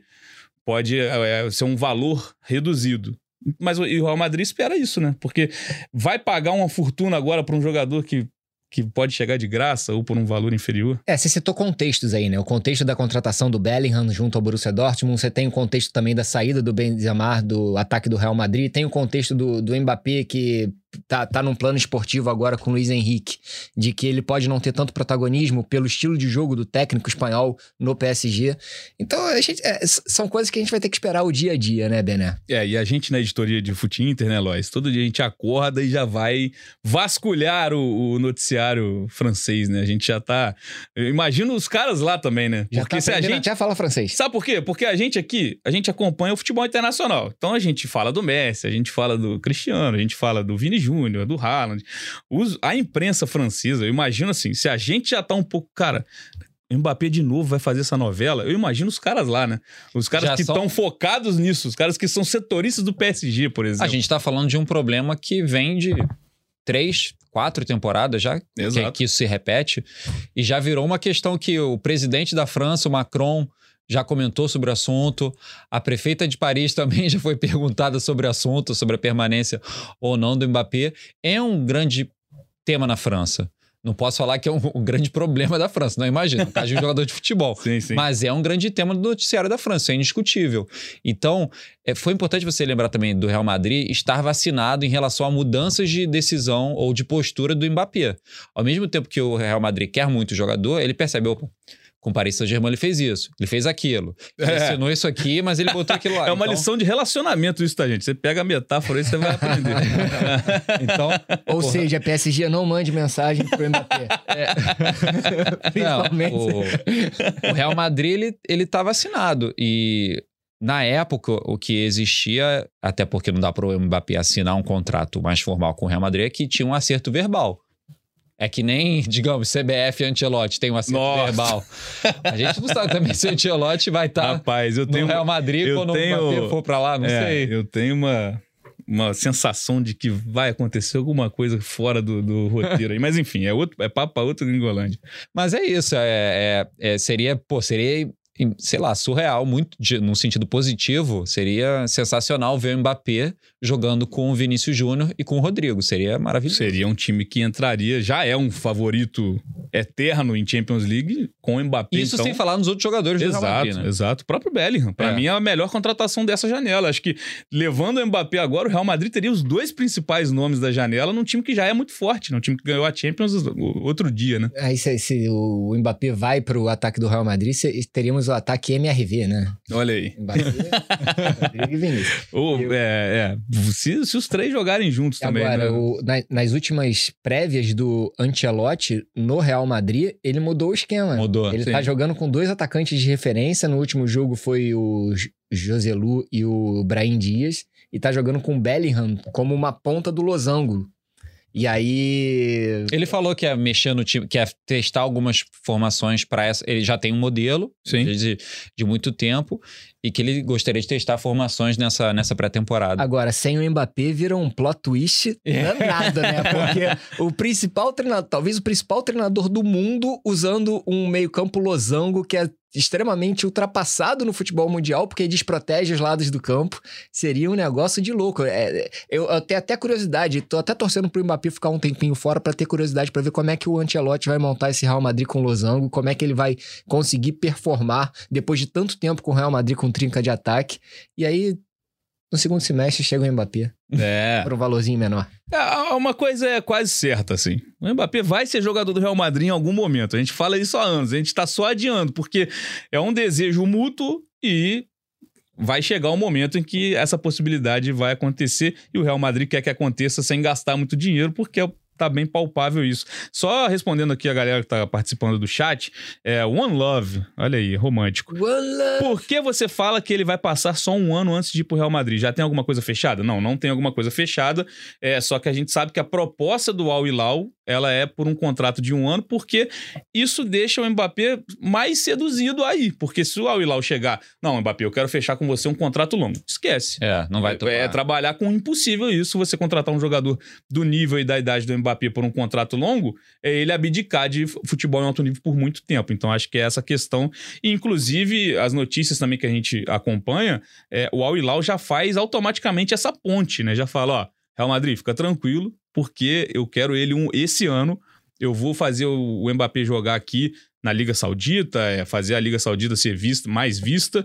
ser um valor reduzido. Mas o Real Madrid espera isso, né? Porque vai pagar uma fortuna agora para um jogador que pode chegar de graça ou por um valor inferior. Você citou contextos aí, né? O contexto da contratação do Bellingham junto ao Borussia Dortmund, você tem o contexto também da saída do Benzema do ataque do Real Madrid, tem o contexto do Mbappé que tá num plano esportivo agora com o Luiz Henrique, de que ele pode não ter tanto protagonismo pelo estilo de jogo do técnico espanhol no PSG. Então, são coisas que a gente vai ter que esperar o dia a dia, né, Bené? E a gente na editoria de Fute Inter, né, Lois? Todo dia a gente acorda e já vai vasculhar o noticiário francês, né? A gente já tá... Eu imagino os caras lá também, né? Já porque tá se a gente... até falar francês. Sabe por quê? Porque a gente aqui, a gente acompanha o futebol internacional. Então a gente fala do Messi, a gente fala do Cristiano, a gente fala do Vini Júnior, do Haaland. A imprensa francesa, eu imagino assim, se a gente já tá um pouco... Cara, o Mbappé de novo vai fazer essa novela, eu imagino os caras lá, né? Os caras que estão focados nisso, os caras que são setoristas do PSG, por exemplo. A gente tá falando de um problema que vem de 3, 4 temporadas já, que isso se repete, e já virou uma questão que o presidente da França, o Macron, já comentou sobre o assunto, a prefeita de Paris também já foi perguntada sobre o assunto, sobre a permanência ou não do Mbappé. É um grande tema na França. Não posso falar que é um grande problema da França, não imagina, no caso de um jogador de futebol. Sim, sim. Mas é um grande tema do noticiário da França, é indiscutível. Então, foi importante você lembrar também do Real Madrid estar vacinado em relação a mudanças de decisão ou de postura do Mbappé. Ao mesmo tempo que o Real Madrid quer muito o jogador, ele percebe, opa, com o Paris Saint-Germain ele fez isso, ele fez aquilo. Ele assinou isso aqui, mas ele botou aquilo lá. É uma lição de relacionamento isso, tá, gente? Você pega a metáfora aí, você vai aprender. Ou seja, a PSG não mande mensagem pro Mbappé. Principalmente. O Real Madrid, ele tá vacinado. E na época, o que existia, até porque não dá pro Mbappé assinar um contrato mais formal com o Real Madrid, é que tinha um acerto verbal. É que nem, digamos, CBF e Ancelotti tem um acerto verbal. A gente não sabe também se o Ancelotti vai estar no Real Madrid quando o Mbappé for pra lá, não sei. Eu tenho uma sensação de que vai acontecer alguma coisa fora do roteiro aí. Mas enfim, é papo pra outro Gringolândia. Mas é isso, seria, sei lá, surreal, muito num sentido positivo, seria sensacional ver o Mbappé jogando com o Vinícius Júnior e com o Rodrigo, seria maravilhoso. Seria um time que entraria, já é um favorito eterno em Champions League com o Mbappé. Isso então... sem falar nos outros jogadores do Real Madrid, né? Exato, o próprio Bellingham. Pra mim é a melhor contratação dessa janela. Acho que levando o Mbappé agora, o Real Madrid teria os 2 principais nomes da janela num time que já é muito forte, num time que ganhou a Champions outro dia, né? Aí se o Mbappé vai pro ataque do Real Madrid, teríamos o ataque MRV, né? Olha aí. Mbappé, Rodrigo e Vinícius. Se os 3 jogarem juntos também. Agora, né? nas últimas prévias do Ancelotti no Real Madrid, ele mudou o esquema. Ele tá jogando com 2 atacantes de referência. No último jogo foi o Joselu e o Brahim Dias. E tá jogando com o Bellingham como uma ponta do losango. E aí... Ele falou que ia mexer no time, que ia testar algumas formações para essa... Ele já tem um modelo de muito tempo e que ele gostaria de testar formações nessa pré-temporada. Agora, sem o Mbappé, vira um plot twist danado, né? Porque o principal treinador, talvez o principal treinador do mundo usando um meio-campo losango que é extremamente ultrapassado no futebol mundial, porque desprotege os lados do campo, seria um negócio de louco. Eu tenho até curiosidade, tô até torcendo pro Mbappé ficar um tempinho fora pra ter curiosidade pra ver como é que o Ancelotti vai montar esse Real Madrid com losango, como é que ele vai conseguir performar depois de tanto tempo com o Real Madrid com trinca de ataque. E aí, no segundo semestre, chega o Mbappé. Por um valorzinho menor. Uma coisa é quase certa, assim. O Mbappé vai ser jogador do Real Madrid em algum momento. A gente fala isso há anos. A gente tá só adiando, porque é um desejo mútuo e vai chegar um momento em que essa possibilidade vai acontecer e o Real Madrid quer que aconteça sem gastar muito dinheiro, porque tá bem palpável isso. Só respondendo aqui a galera que tá participando do chat, One Love, olha aí, romântico. One Love. Por que você fala que ele vai passar só um ano antes de ir pro Real Madrid? Já tem alguma coisa fechada? Não tem alguma coisa fechada, só que a gente sabe que a proposta do Al Hilal, ela é por um contrato de 1 ano, porque isso deixa o Mbappé mais seduzido aí, porque se o Al Hilal chegar, não, Mbappé, eu quero fechar com você um contrato longo, esquece. Não vai tocar. Trabalhar com impossível isso, você contratar um jogador do nível e da idade do Mbappé por um contrato longo, ele abdicar de futebol em alto nível por muito tempo. Então, acho que é essa questão. E, inclusive, as notícias também que a gente acompanha, o Al Hilal já faz automaticamente essa ponte, né? Já fala, ó, Real Madrid, fica tranquilo, porque eu quero ele esse ano, eu vou fazer o Mbappé jogar aqui na Liga Saudita, fazer a Liga Saudita ser mais vista,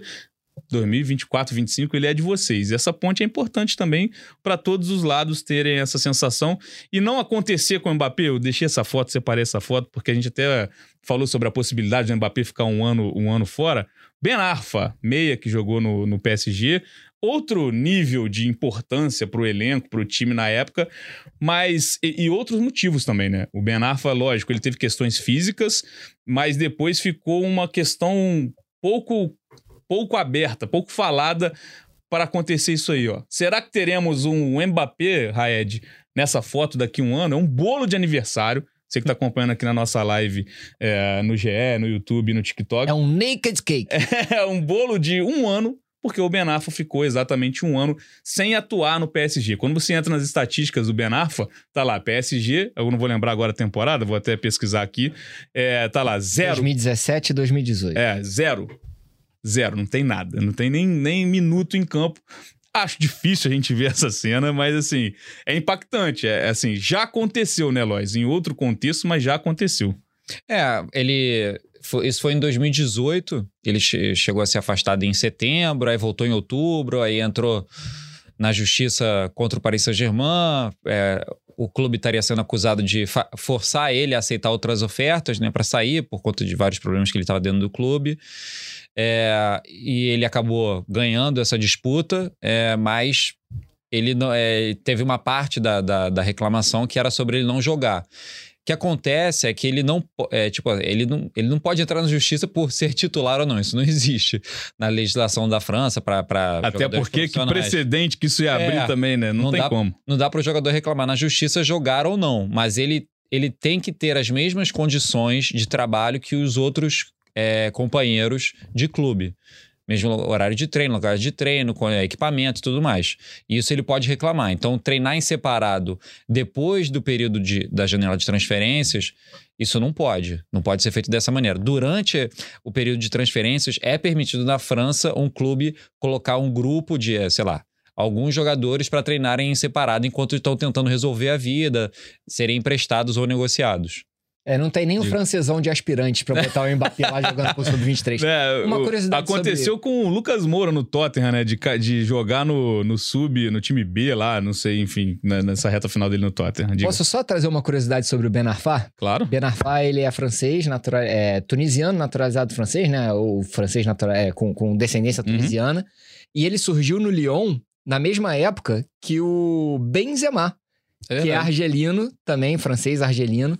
2024, 2025, ele é de vocês. E essa ponte é importante também para todos os lados terem essa sensação e não acontecer com o Mbappé. Eu deixei essa foto, separei essa foto, porque a gente até falou sobre a possibilidade do Mbappé ficar um ano fora. Ben Arfa, meia que jogou no PSG, outro nível de importância para o elenco, para o time na época, mas e outros motivos também, né? O Ben Arfa, lógico, ele teve questões físicas, mas depois ficou uma questão pouco aberta, pouco falada para acontecer isso aí, ó. Será que teremos um Mbappé, Raed, nessa foto daqui a um ano? É um bolo de aniversário. Você que está acompanhando aqui na nossa live no GE, no YouTube, no TikTok. É um naked cake. É um bolo de um ano, porque o Ben Arfa ficou exatamente um ano sem atuar no PSG. Quando você entra nas estatísticas do Ben Arfa, tá lá, PSG, eu não vou lembrar agora a temporada, vou até pesquisar aqui, tá lá, 0. 2017 e 2018. 0, não tem nada, não tem nem minuto em campo. Acho difícil a gente ver essa cena, mas assim, é impactante, assim, já aconteceu, né, Lois? Em outro contexto, mas já aconteceu. Isso foi em 2018, ele chegou a ser afastado em setembro, aí voltou em outubro, aí entrou na justiça contra o Paris Saint-Germain, o clube estaria sendo acusado de forçar ele a aceitar outras ofertas, né, para sair, por conta de vários problemas que ele estava dentro do clube. E ele acabou ganhando essa disputa, mas ele teve uma parte da reclamação que era sobre ele não jogar. O que acontece é que ele não pode entrar na justiça por ser titular ou não. Isso não existe na legislação da França para até porque que precedente que isso ia abrir também, né? Não tem como. Não dá para o jogador reclamar na justiça jogar ou não, mas ele tem que ter as mesmas condições de trabalho que os outros companheiros de clube. Mesmo horário de treino, lugar de treino, com equipamento e tudo mais. Isso ele pode reclamar. Então, treinar em separado depois do período da janela de transferências, isso não pode. Não pode ser feito dessa maneira. Durante o período de transferências, é permitido na França um clube colocar um grupo de, alguns jogadores para treinarem em separado enquanto estão tentando resolver a vida, serem emprestados ou negociados. Não tem nem um francesão de aspirantes pra botar o Mbappé lá jogando com o Sub-23. Uma curiosidade aconteceu com o Lucas Moura no Tottenham, né? De jogar no Sub, no time B lá, não sei, enfim, nessa reta final dele no Tottenham. Diga. Posso só trazer uma curiosidade sobre o Ben Arfa? Claro. Ben Arfa, ele é francês, tunisiano naturalizado francês, né? Ou francês com descendência tunisiana. E ele surgiu no Lyon na mesma época que o Benzema. Que é argelino, também, francês argelino.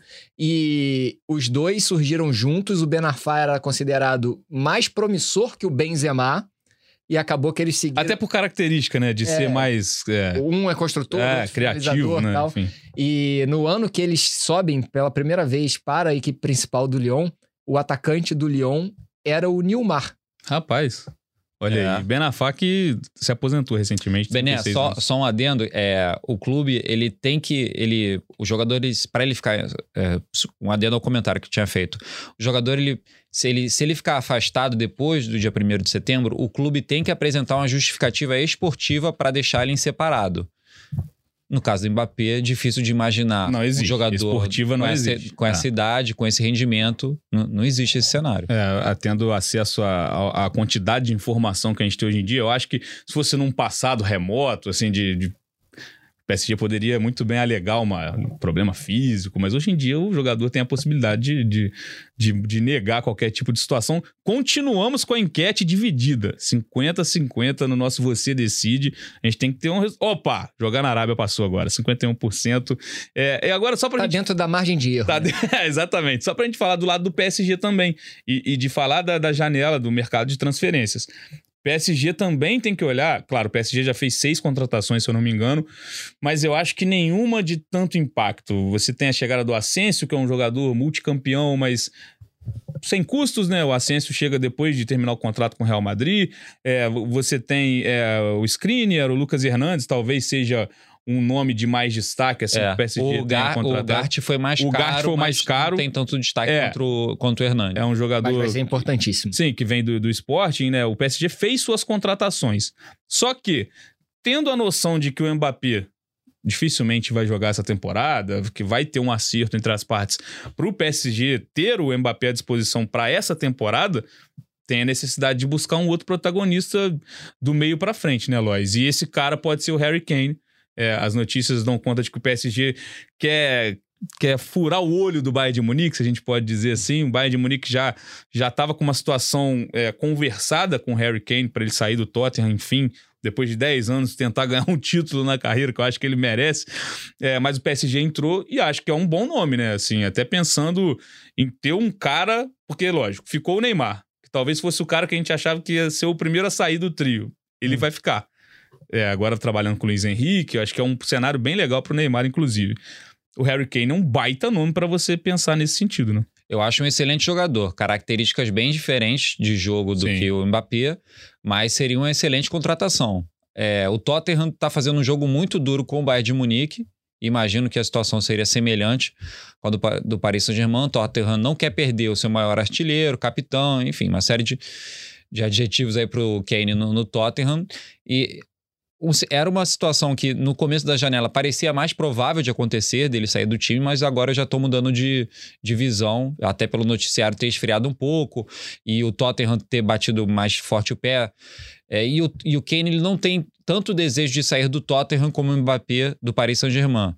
E os dois surgiram juntos. O Ben Arfa era considerado mais promissor que o Benzema. E acabou que eles seguiram... Até por característica, né? De ser mais... Um é construtor, outro criativo, né? Tal. Enfim. E no ano que eles sobem pela primeira vez para a equipe principal do Lyon, o atacante do Lyon era o Nilmar. Rapaz... Olha aí, Ben Arfa que se aposentou recentemente. Bené, só um adendo, o clube, ele tem que, os jogadores, para ele ficar, um adendo ao comentário que tinha feito, o jogador, se ele ficar afastado depois do dia 1º de setembro, o clube tem que apresentar uma justificativa esportiva para deixar ele em separado. No caso do Mbappé, é difícil de imaginar um jogador esportiva não existe. Com essa idade, com esse rendimento, não existe esse cenário. Tendo acesso à quantidade de informação que a gente tem hoje em dia, eu acho que se fosse num passado remoto, assim, o PSG poderia muito bem alegar um problema físico, mas hoje em dia o jogador tem a possibilidade de negar qualquer tipo de situação. Continuamos com a enquete dividida, 50-50 no nosso Você Decide. A gente tem que ter Opa! Jogar na Arábia passou agora, 51%. E agora só pra gente... dentro da margem de erro. Exatamente. Só pra gente falar do lado do PSG também e de falar da janela do mercado de transferências. PSG também tem que olhar, claro, o PSG já fez 6 contratações, se eu não me engano, mas eu acho que nenhuma de tanto impacto. Você tem a chegada do Asensio, que é um jogador multicampeão, mas sem custos, né? O Asensio chega depois de terminar o contrato com o Real Madrid. Você tem o Skriniar, o Lucas Hernandes, talvez seja um nome de mais destaque, assim, que o PSG tem contratado. O Gart foi mais caro. O Gart foi mais caro. Não tem tanto destaque quanto o Hernandes. É um jogador... Mas vai ser importantíssimo. Sim, que vem do Sporting, né? O PSG fez suas contratações. Só que, tendo a noção de que o Mbappé dificilmente vai jogar essa temporada, que vai ter um acerto entre as partes para o PSG ter o Mbappé à disposição para essa temporada, tem a necessidade de buscar um outro protagonista do meio para frente, né, Lois? E esse cara pode ser o Harry Kane. As notícias dão conta de que o PSG quer furar o olho do Bayern de Munique, se a gente pode dizer assim. O Bayern de Munique já estava com uma situação conversada com o Harry Kane para ele sair do Tottenham, enfim, depois de 10 anos tentar ganhar um título na carreira, que eu acho que ele merece. Mas o PSG entrou e acho que é um bom nome, né? Assim, até pensando em ter um cara, porque, lógico, ficou o Neymar, que talvez fosse o cara que a gente achava que ia ser o primeiro a sair do trio. Ele vai ficar. Agora trabalhando com o Luiz Henrique, eu acho que é um cenário bem legal pro Neymar, inclusive. O Harry Kane é um baita nome para você pensar nesse sentido, né? Eu acho um excelente jogador. Características bem diferentes de jogo do que o Mbappé, mas seria uma excelente contratação. O Tottenham está fazendo um jogo muito duro com o Bayern de Munique. Imagino que a situação seria semelhante com a do Paris Saint-Germain. O Tottenham não quer perder o seu maior artilheiro, capitão, enfim, uma série de adjetivos aí pro Kane no Tottenham. E era uma situação que no começo da janela parecia mais provável de acontecer, dele sair do time, mas agora eu já estou mudando de visão, até pelo noticiário ter esfriado um pouco e o Tottenham ter batido mais forte o pé. E o Kane ele não tem tanto desejo de sair do Tottenham como o Mbappé do Paris Saint-Germain.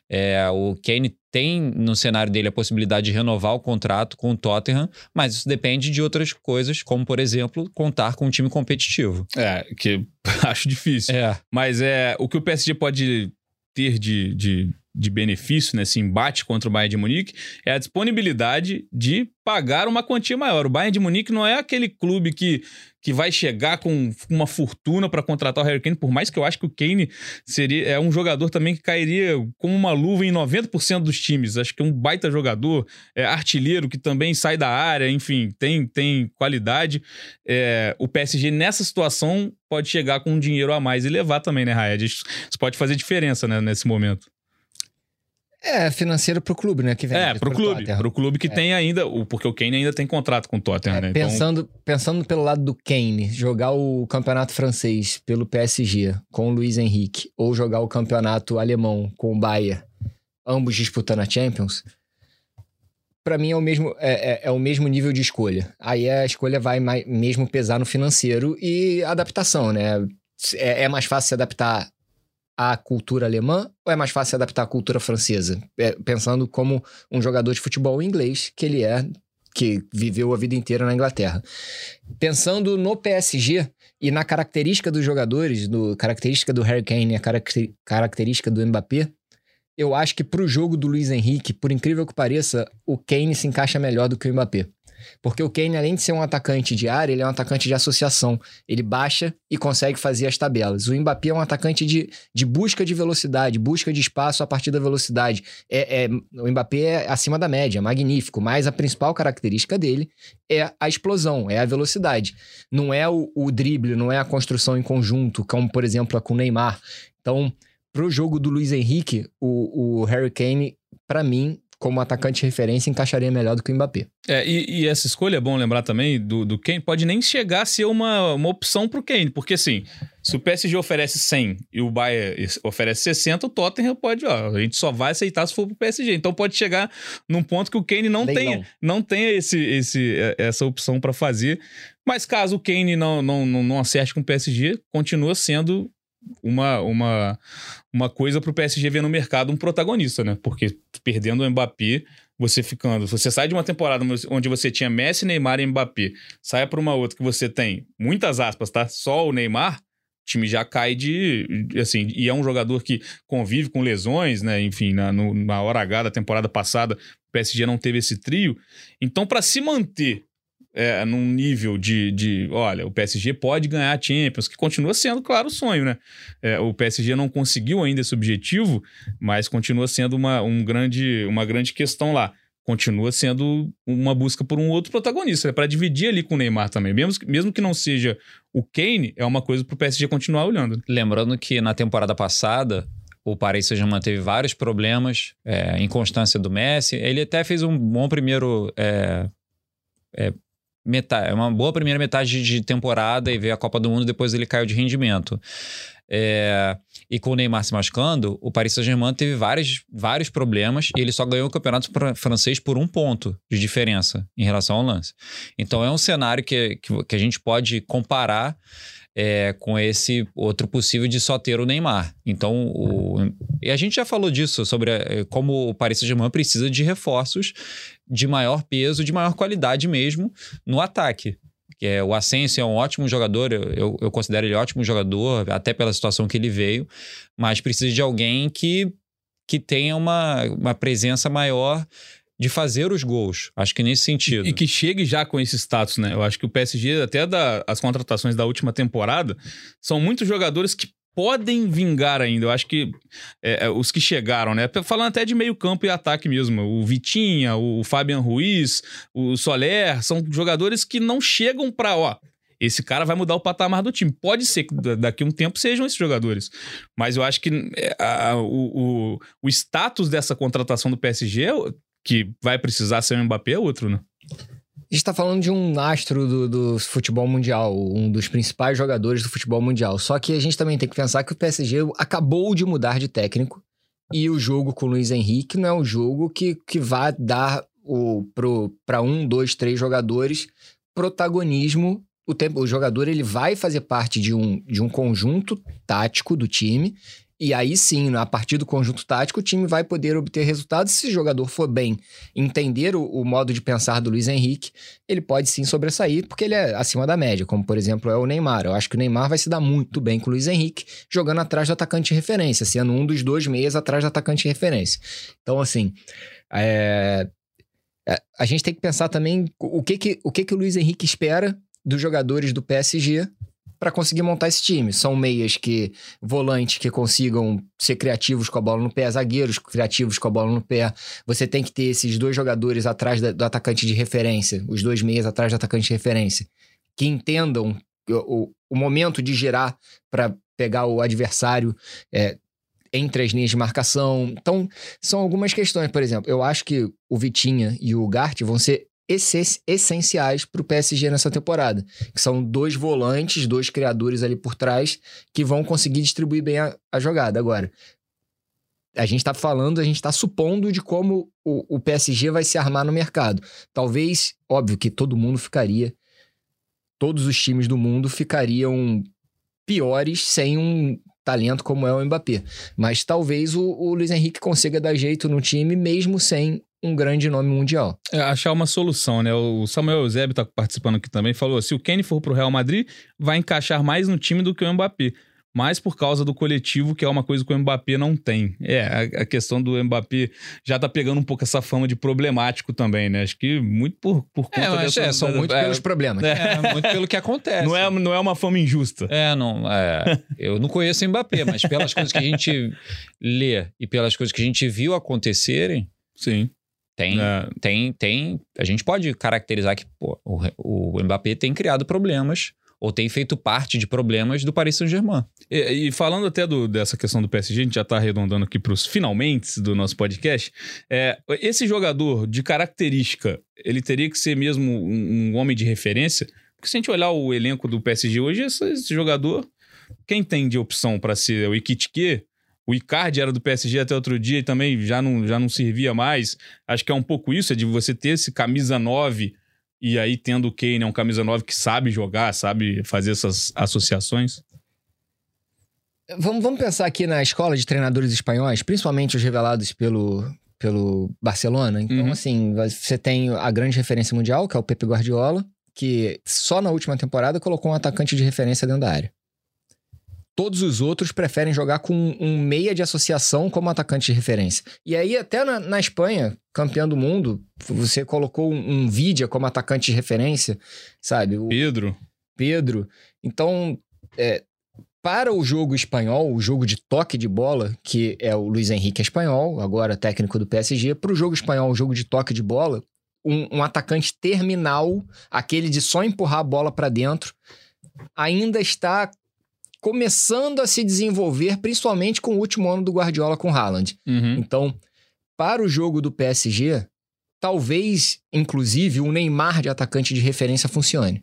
O Kane tem no cenário dele a possibilidade de renovar o contrato com o Tottenham, mas isso depende de outras coisas, como, por exemplo, contar com um time competitivo. Que acho difícil. Mas o que o PSG pode ter de benefício nesse embate contra o Bayern de Munique é a disponibilidade de pagar uma quantia maior. O Bayern de Munique não é aquele clube que vai chegar com uma fortuna para contratar o Harry Kane, por mais que eu acho que o Kane é um jogador também que cairia como uma luva em 90% dos times. Acho que é um baita jogador, artilheiro que também sai da área, enfim, tem qualidade. O PSG nessa situação pode chegar com um dinheiro a mais e levar também, né, Raed? Isso pode fazer diferença, né, nesse momento. Financeiro pro clube, né? Que vem pro clube que tem ainda, porque o Kane ainda tem contrato com o Tottenham, né? Pensando pelo lado do Kane, jogar o campeonato francês pelo PSG com o Luiz Henrique, ou jogar o campeonato alemão com o Bayern, ambos disputando a Champions, pra mim é o mesmo nível de escolha. Aí a escolha vai mesmo pesar no financeiro e adaptação, né? É mais fácil se adaptar à cultura alemã ou é mais fácil se adaptar à cultura francesa? Pensando como um jogador de futebol inglês que viveu a vida inteira na Inglaterra. Pensando no PSG e na característica dos jogadores, característica do Harry Kane e a característica do Mbappé, eu acho que pro jogo do Luiz Henrique, por incrível que pareça, o Kane se encaixa melhor do que o Mbappé. Porque o Kane, além de ser um atacante de área, ele é um atacante de associação. Ele baixa e consegue fazer as tabelas. O Mbappé é um atacante de busca de velocidade, busca de espaço a partir da velocidade. O Mbappé é acima da média, magnífico, mas a principal característica dele é a explosão, é a velocidade. Não é o drible, não é a construção em conjunto, como, por exemplo, a com o Neymar. Então, pro jogo do Luiz Henrique, o Harry Kane, pra mim, como atacante de referência, encaixaria melhor do que o Mbappé. E essa escolha, é bom lembrar também, do Kane, pode nem chegar a ser uma opção pro Kane, porque assim, se o PSG oferece 100 e o Bayern oferece 60, o Tottenham pode, a gente só vai aceitar se for pro PSG. Então pode chegar num ponto que o Kane não tenha essa opção para fazer, mas caso o Kane não acerte com o PSG, continua sendo uma coisa pro PSG ver no mercado um protagonista, né? Porque perdendo o Mbappé, você sai de uma temporada onde você tinha Messi, Neymar e Mbappé, sai pra uma outra que você tem, muitas aspas, tá? Só o Neymar, o time já cai assim, e é um jogador que convive com lesões, né? Enfim, na hora H da temporada passada, o PSG não teve esse trio. Então, para se manter num nível olha, o PSG pode ganhar a Champions, que continua sendo, claro, o sonho, né? O PSG não conseguiu ainda esse objetivo, mas continua sendo uma grande questão lá. Continua sendo uma busca por um outro protagonista, para dividir ali com o Neymar também. Mesmo que não seja o Kane, é uma coisa pro PSG continuar olhando. Lembrando que na temporada passada, o Paris Saint-Germain teve vários problemas, inconstância do Messi. Ele até fez um bom primeiro é uma boa primeira metade de temporada e veio a Copa do Mundo, depois ele caiu de rendimento. E com o Neymar se machucando, o Paris Saint-Germain teve vários problemas e ele só ganhou o campeonato francês por 1 ponto de diferença em relação ao Lens. Então é um cenário que a gente pode comparar com esse outro possível de só ter o Neymar. Então, e a gente já falou disso, sobre como o Paris Saint-Germain precisa de reforços de maior peso, de maior qualidade mesmo no ataque. O Asensio é um ótimo jogador, eu considero ele um ótimo jogador, até pela situação que ele veio, mas precisa de alguém que tenha uma presença maior de fazer os gols. Acho que nesse sentido. E que chegue já com esse status, né? Eu acho que o PSG, até as contratações da última temporada, são muitos jogadores que podem vingar ainda. Eu acho que os que chegaram, né? Falando até de meio campo e ataque mesmo. O Vitinha, o Fabian Ruiz, o Soler, são jogadores que não chegam pra, esse cara vai mudar o patamar do time. Pode ser que daqui a um tempo sejam esses jogadores. Mas eu acho que o status dessa contratação do PSG, que vai precisar ser o Mbappé, é outro, né? A gente está falando de um astro do futebol mundial, um dos principais jogadores do futebol mundial. Só que a gente também tem que pensar que o PSG acabou de mudar de técnico e o jogo com o Luiz Henrique não é um jogo que vai dar para 1, 2, 3 jogadores protagonismo. O jogador ele vai fazer parte de um conjunto tático do time. E aí sim, a partir do conjunto tático, o time vai poder obter resultados. Se o jogador for bem, entender o modo de pensar do Luiz Henrique, ele pode sim sobressair, porque ele é acima da média, como por exemplo é o Neymar. Eu acho que o Neymar vai se dar muito bem com o Luiz Henrique, jogando atrás do atacante de referência, sendo um dos 2 meias atrás do atacante de referência. Então, assim, a gente tem que pensar também o que o Luiz Henrique espera dos jogadores do PSG para conseguir montar esse time. São meias volantes que consigam ser criativos com a bola no pé, zagueiros criativos com a bola no pé. Você tem que ter esses 2 jogadores atrás do atacante de referência, os 2 meias atrás do atacante de referência, que entendam o momento de girar para pegar o adversário entre as linhas de marcação. Então, são algumas questões. Por exemplo, eu acho que o Vitinha e o Ugarte vão ser essenciais para o PSG nessa temporada, que são 2 volantes, 2 criadores ali por trás que vão conseguir distribuir bem a jogada. Agora, a gente está supondo de como o PSG vai se armar no mercado. Talvez, óbvio que todos os times do mundo ficariam piores sem um talento como é o Mbappé, mas talvez o Luiz Henrique consiga dar jeito no time mesmo sem um grande nome mundial. Achar uma solução, né? O Samuel Eusébio tá participando aqui também, falou, se o Kane for pro Real Madrid, vai encaixar mais no time do que o Mbappé. Mas por causa do coletivo, que é uma coisa que o Mbappé não tem. A questão do Mbappé já tá pegando um pouco essa fama de problemático também, né? Acho que muito por conta dessa... São muito pelos problemas. Muito pelo que acontece. Não é uma fama injusta. Eu não conheço o Mbappé, mas pelas coisas que a gente lê e pelas coisas que a gente viu acontecerem... Sim. A gente pode caracterizar que o Mbappé tem criado problemas ou tem feito parte de problemas do Paris Saint-Germain. E falando até dessa questão do PSG, a gente já está arredondando aqui para os finalmente do nosso podcast, esse jogador de característica, ele teria que ser mesmo um homem de referência? Porque se a gente olhar o elenco do PSG hoje, esse jogador, quem tem de opção para ser o Ekitike? O Icardi era do PSG até outro dia e também já não servia mais. Acho que é um pouco isso, é de você ter esse camisa 9 e aí tendo o Kane, um camisa 9 que sabe jogar, sabe fazer essas associações. Vamos pensar aqui na escola de treinadores espanhóis, principalmente os revelados pelo Barcelona. Então, assim, você tem a grande referência mundial, que é o Pep Guardiola, que só na última temporada colocou um atacante de referência dentro da área. Todos os outros preferem jogar com um meia de associação como atacante de referência. E aí, até na Espanha, campeão do mundo, você colocou um Vidia como atacante de referência, sabe? Pedro. Então, para o jogo espanhol, o jogo de toque de bola, que é o Luiz Henrique espanhol, agora técnico do PSG, para o jogo espanhol, o jogo de toque de bola, um atacante terminal, aquele de só empurrar a bola para dentro, ainda está começando a se desenvolver, principalmente com o último ano do Guardiola com o Haaland. Uhum. Então, para o jogo do PSG, talvez, inclusive, o Neymar de atacante de referência funcione.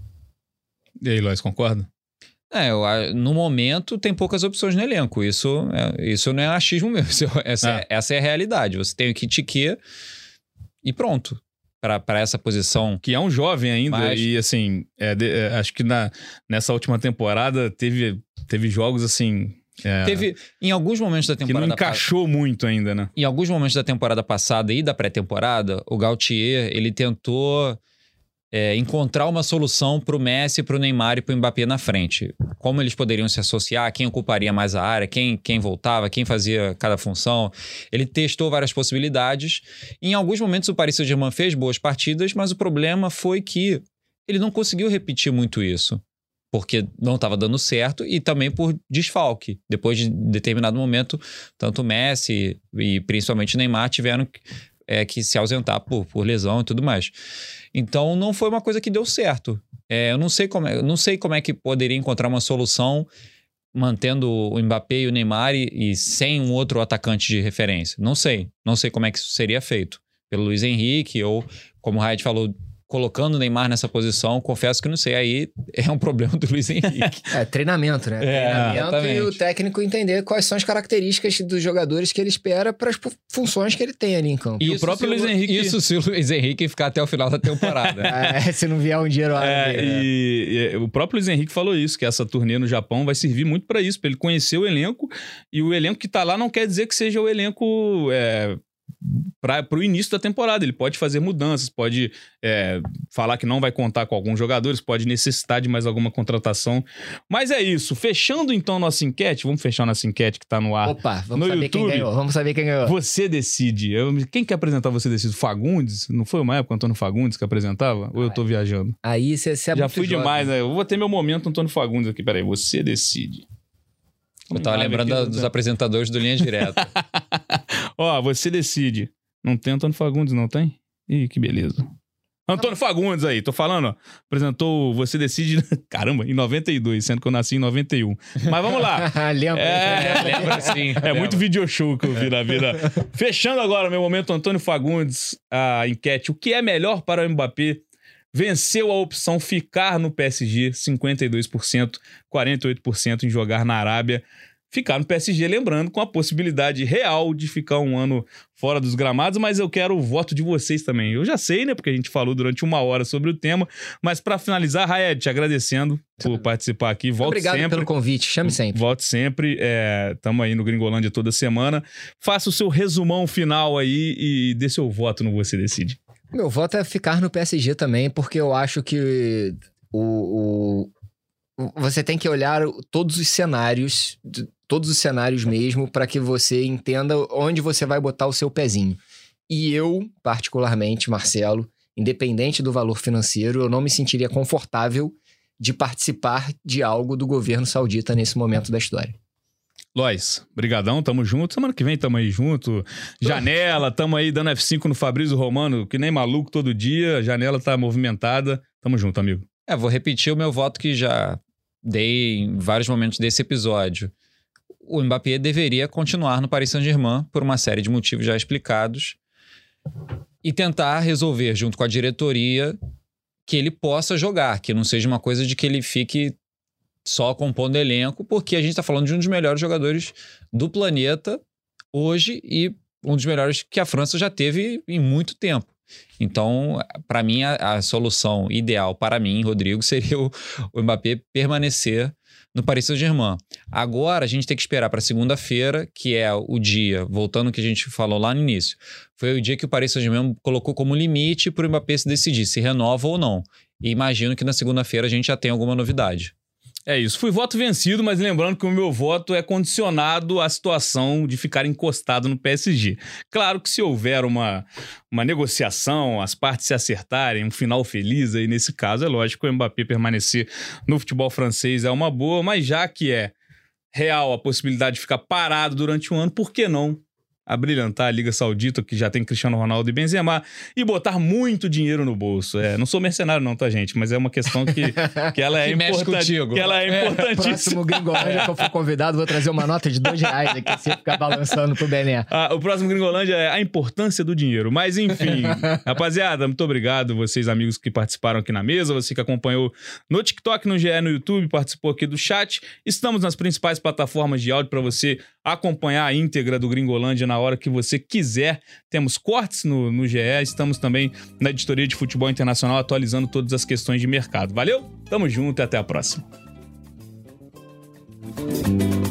E aí, Lois, concorda? No momento tem poucas opções no elenco. Isso não é achismo meu. Essa é a realidade. Você tem o Ekitike e pronto. Para essa posição. Que é um jovem ainda. Mas... E assim, acho que nessa última temporada teve jogos assim. Teve em alguns momentos da temporada. Que não encaixou muito ainda, né? Em alguns momentos da temporada passada e da pré-temporada, o Galtier ele tentou encontrar uma solução para o Messi, para o Neymar e para o Mbappé na frente. Como eles poderiam se associar, quem ocuparia mais a área, quem voltava, quem fazia cada função. Ele testou várias possibilidades. Em alguns momentos o Paris Saint-Germain fez boas partidas, mas o problema foi que ele não conseguiu repetir muito isso. Porque não estava dando certo e também por desfalque. Depois de determinado momento, tanto o Messi e principalmente o Neymar tiveram que se ausentar por lesão e tudo mais. Então, não foi uma coisa que deu certo. Eu não sei como é que poderia encontrar uma solução mantendo o Mbappé e o Neymar e sem um outro atacante de referência. Não sei como é que isso seria feito. Pelo Luiz Henrique ou, como o Raed falou, colocando o Neymar nessa posição, confesso que não sei. Aí é um problema do Luiz Henrique. Treinamento, né? Treinamento exatamente. E o técnico entender quais são as características dos jogadores que ele espera para as funções que ele tem ali em campo. E o próprio Luiz Henrique... Isso se o Luiz Henrique ficar até o final da temporada. Se não vier um dinheiro... E o próprio Luiz Henrique falou isso, que essa turnê no Japão vai servir muito para isso, para ele conhecer o elenco. E o elenco que tá lá não quer dizer que seja o elenco... para o início da temporada. Ele pode fazer mudanças, pode falar que não vai contar com alguns jogadores, pode necessitar de mais alguma contratação. Mas é isso. Fechando então nossa enquete, vamos fechar nossa enquete que tá no ar. Opa, vamos no saber YouTube. quem ganhou. Vamos saber quem ganhou. Você decide. Quem quer apresentar Você Decide? Fagundes? Não foi uma época o Antônio Fagundes que apresentava? Ou eu tô viajando? Aí você é Já fui demais, né? Eu vou ter meu momento Antônio Fagundes aqui. Peraí, Você Decide. Eu tava lembrando dos apresentadores do Linha Direta. Ó, Você Decide. Não tem Antônio Fagundes, não tem? Ih, que beleza. Antônio Fagundes aí, tô falando, ó. Apresentou Você Decide, caramba, em 92, sendo que eu nasci em 91. Mas vamos lá. Lembra sim. Muito video show que eu vi na vida. Fechando agora, meu momento, Antônio Fagundes, a enquete. O que é melhor para o Mbappé? Venceu a opção ficar no PSG, 52%, 48% em jogar na Arábia. Ficar no PSG, lembrando, com a possibilidade real de ficar um ano fora dos gramados, mas eu quero o voto de vocês também. Eu já sei, né, porque a gente falou durante 1 hora sobre o tema, mas para finalizar, Raed, te agradecendo por participar aqui. Volte sempre. Obrigado pelo convite, chame sempre. Volte sempre, estamos aí no Gringolândia toda semana. Faça o seu resumão final aí e dê seu voto no Você Decide. Meu voto é ficar no PSG também, porque eu acho que você tem que olhar todos os cenários mesmo, para que você entenda onde você vai botar o seu pezinho. E eu, particularmente, Marcelo, independente do valor financeiro, eu não me sentiria confortável de participar de algo do governo saudita nesse momento da história. Lois, brigadão, tamo junto. Semana que vem tamo aí junto. Janela, tamo aí dando F5 no Fabrício Romano, que nem maluco todo dia. A janela tá movimentada. Tamo junto, amigo. Vou repetir o meu voto que já dei em vários momentos desse episódio. O Mbappé deveria continuar no Paris Saint-Germain por uma série de motivos já explicados e tentar resolver junto com a diretoria que ele possa jogar, que não seja uma coisa de que ele fique só compondo elenco, porque a gente está falando de um dos melhores jogadores do planeta hoje e um dos melhores que a França já teve em muito tempo. Então, para mim, a solução ideal para mim, Rodrigo, seria o Mbappé permanecer no Paris Saint-Germain. Agora, a gente tem que esperar para segunda-feira, que é o dia, voltando ao que a gente falou lá no início, foi o dia que o Paris Saint-Germain colocou como limite para o Mbappé se decidir se renova ou não. E imagino que na segunda-feira a gente já tem alguma novidade. É isso. Fui voto vencido, mas lembrando que o meu voto é condicionado à situação de ficar encostado no PSG. Claro que se houver uma negociação, as partes se acertarem, um final feliz aí nesse caso, é lógico que o Mbappé permanecer no futebol francês é uma boa, mas já que é real a possibilidade de ficar parado durante um ano, por que não abrilhantar a Liga Saudita, que já tem Cristiano Ronaldo e Benzema, e botar muito dinheiro no bolso. Não sou mercenário não, tá, gente? Mas é uma questão que ela é importante. Que ela é importantíssima. Próximo Gringolândia que eu for convidado, vou trazer uma nota de R$2 aqui, se ficar balançando pro Bené. O próximo Gringolândia é a importância do dinheiro. Mas, enfim, rapaziada, muito obrigado vocês, amigos que participaram aqui na mesa, você que acompanhou no TikTok, no GE, no YouTube, participou aqui do chat. Estamos nas principais plataformas de áudio para você acompanhar a íntegra do Gringolândia na hora que você quiser. Temos cortes no GE, estamos também na editoria de futebol internacional atualizando todas as questões de mercado. Valeu? Tamo junto e até a próxima.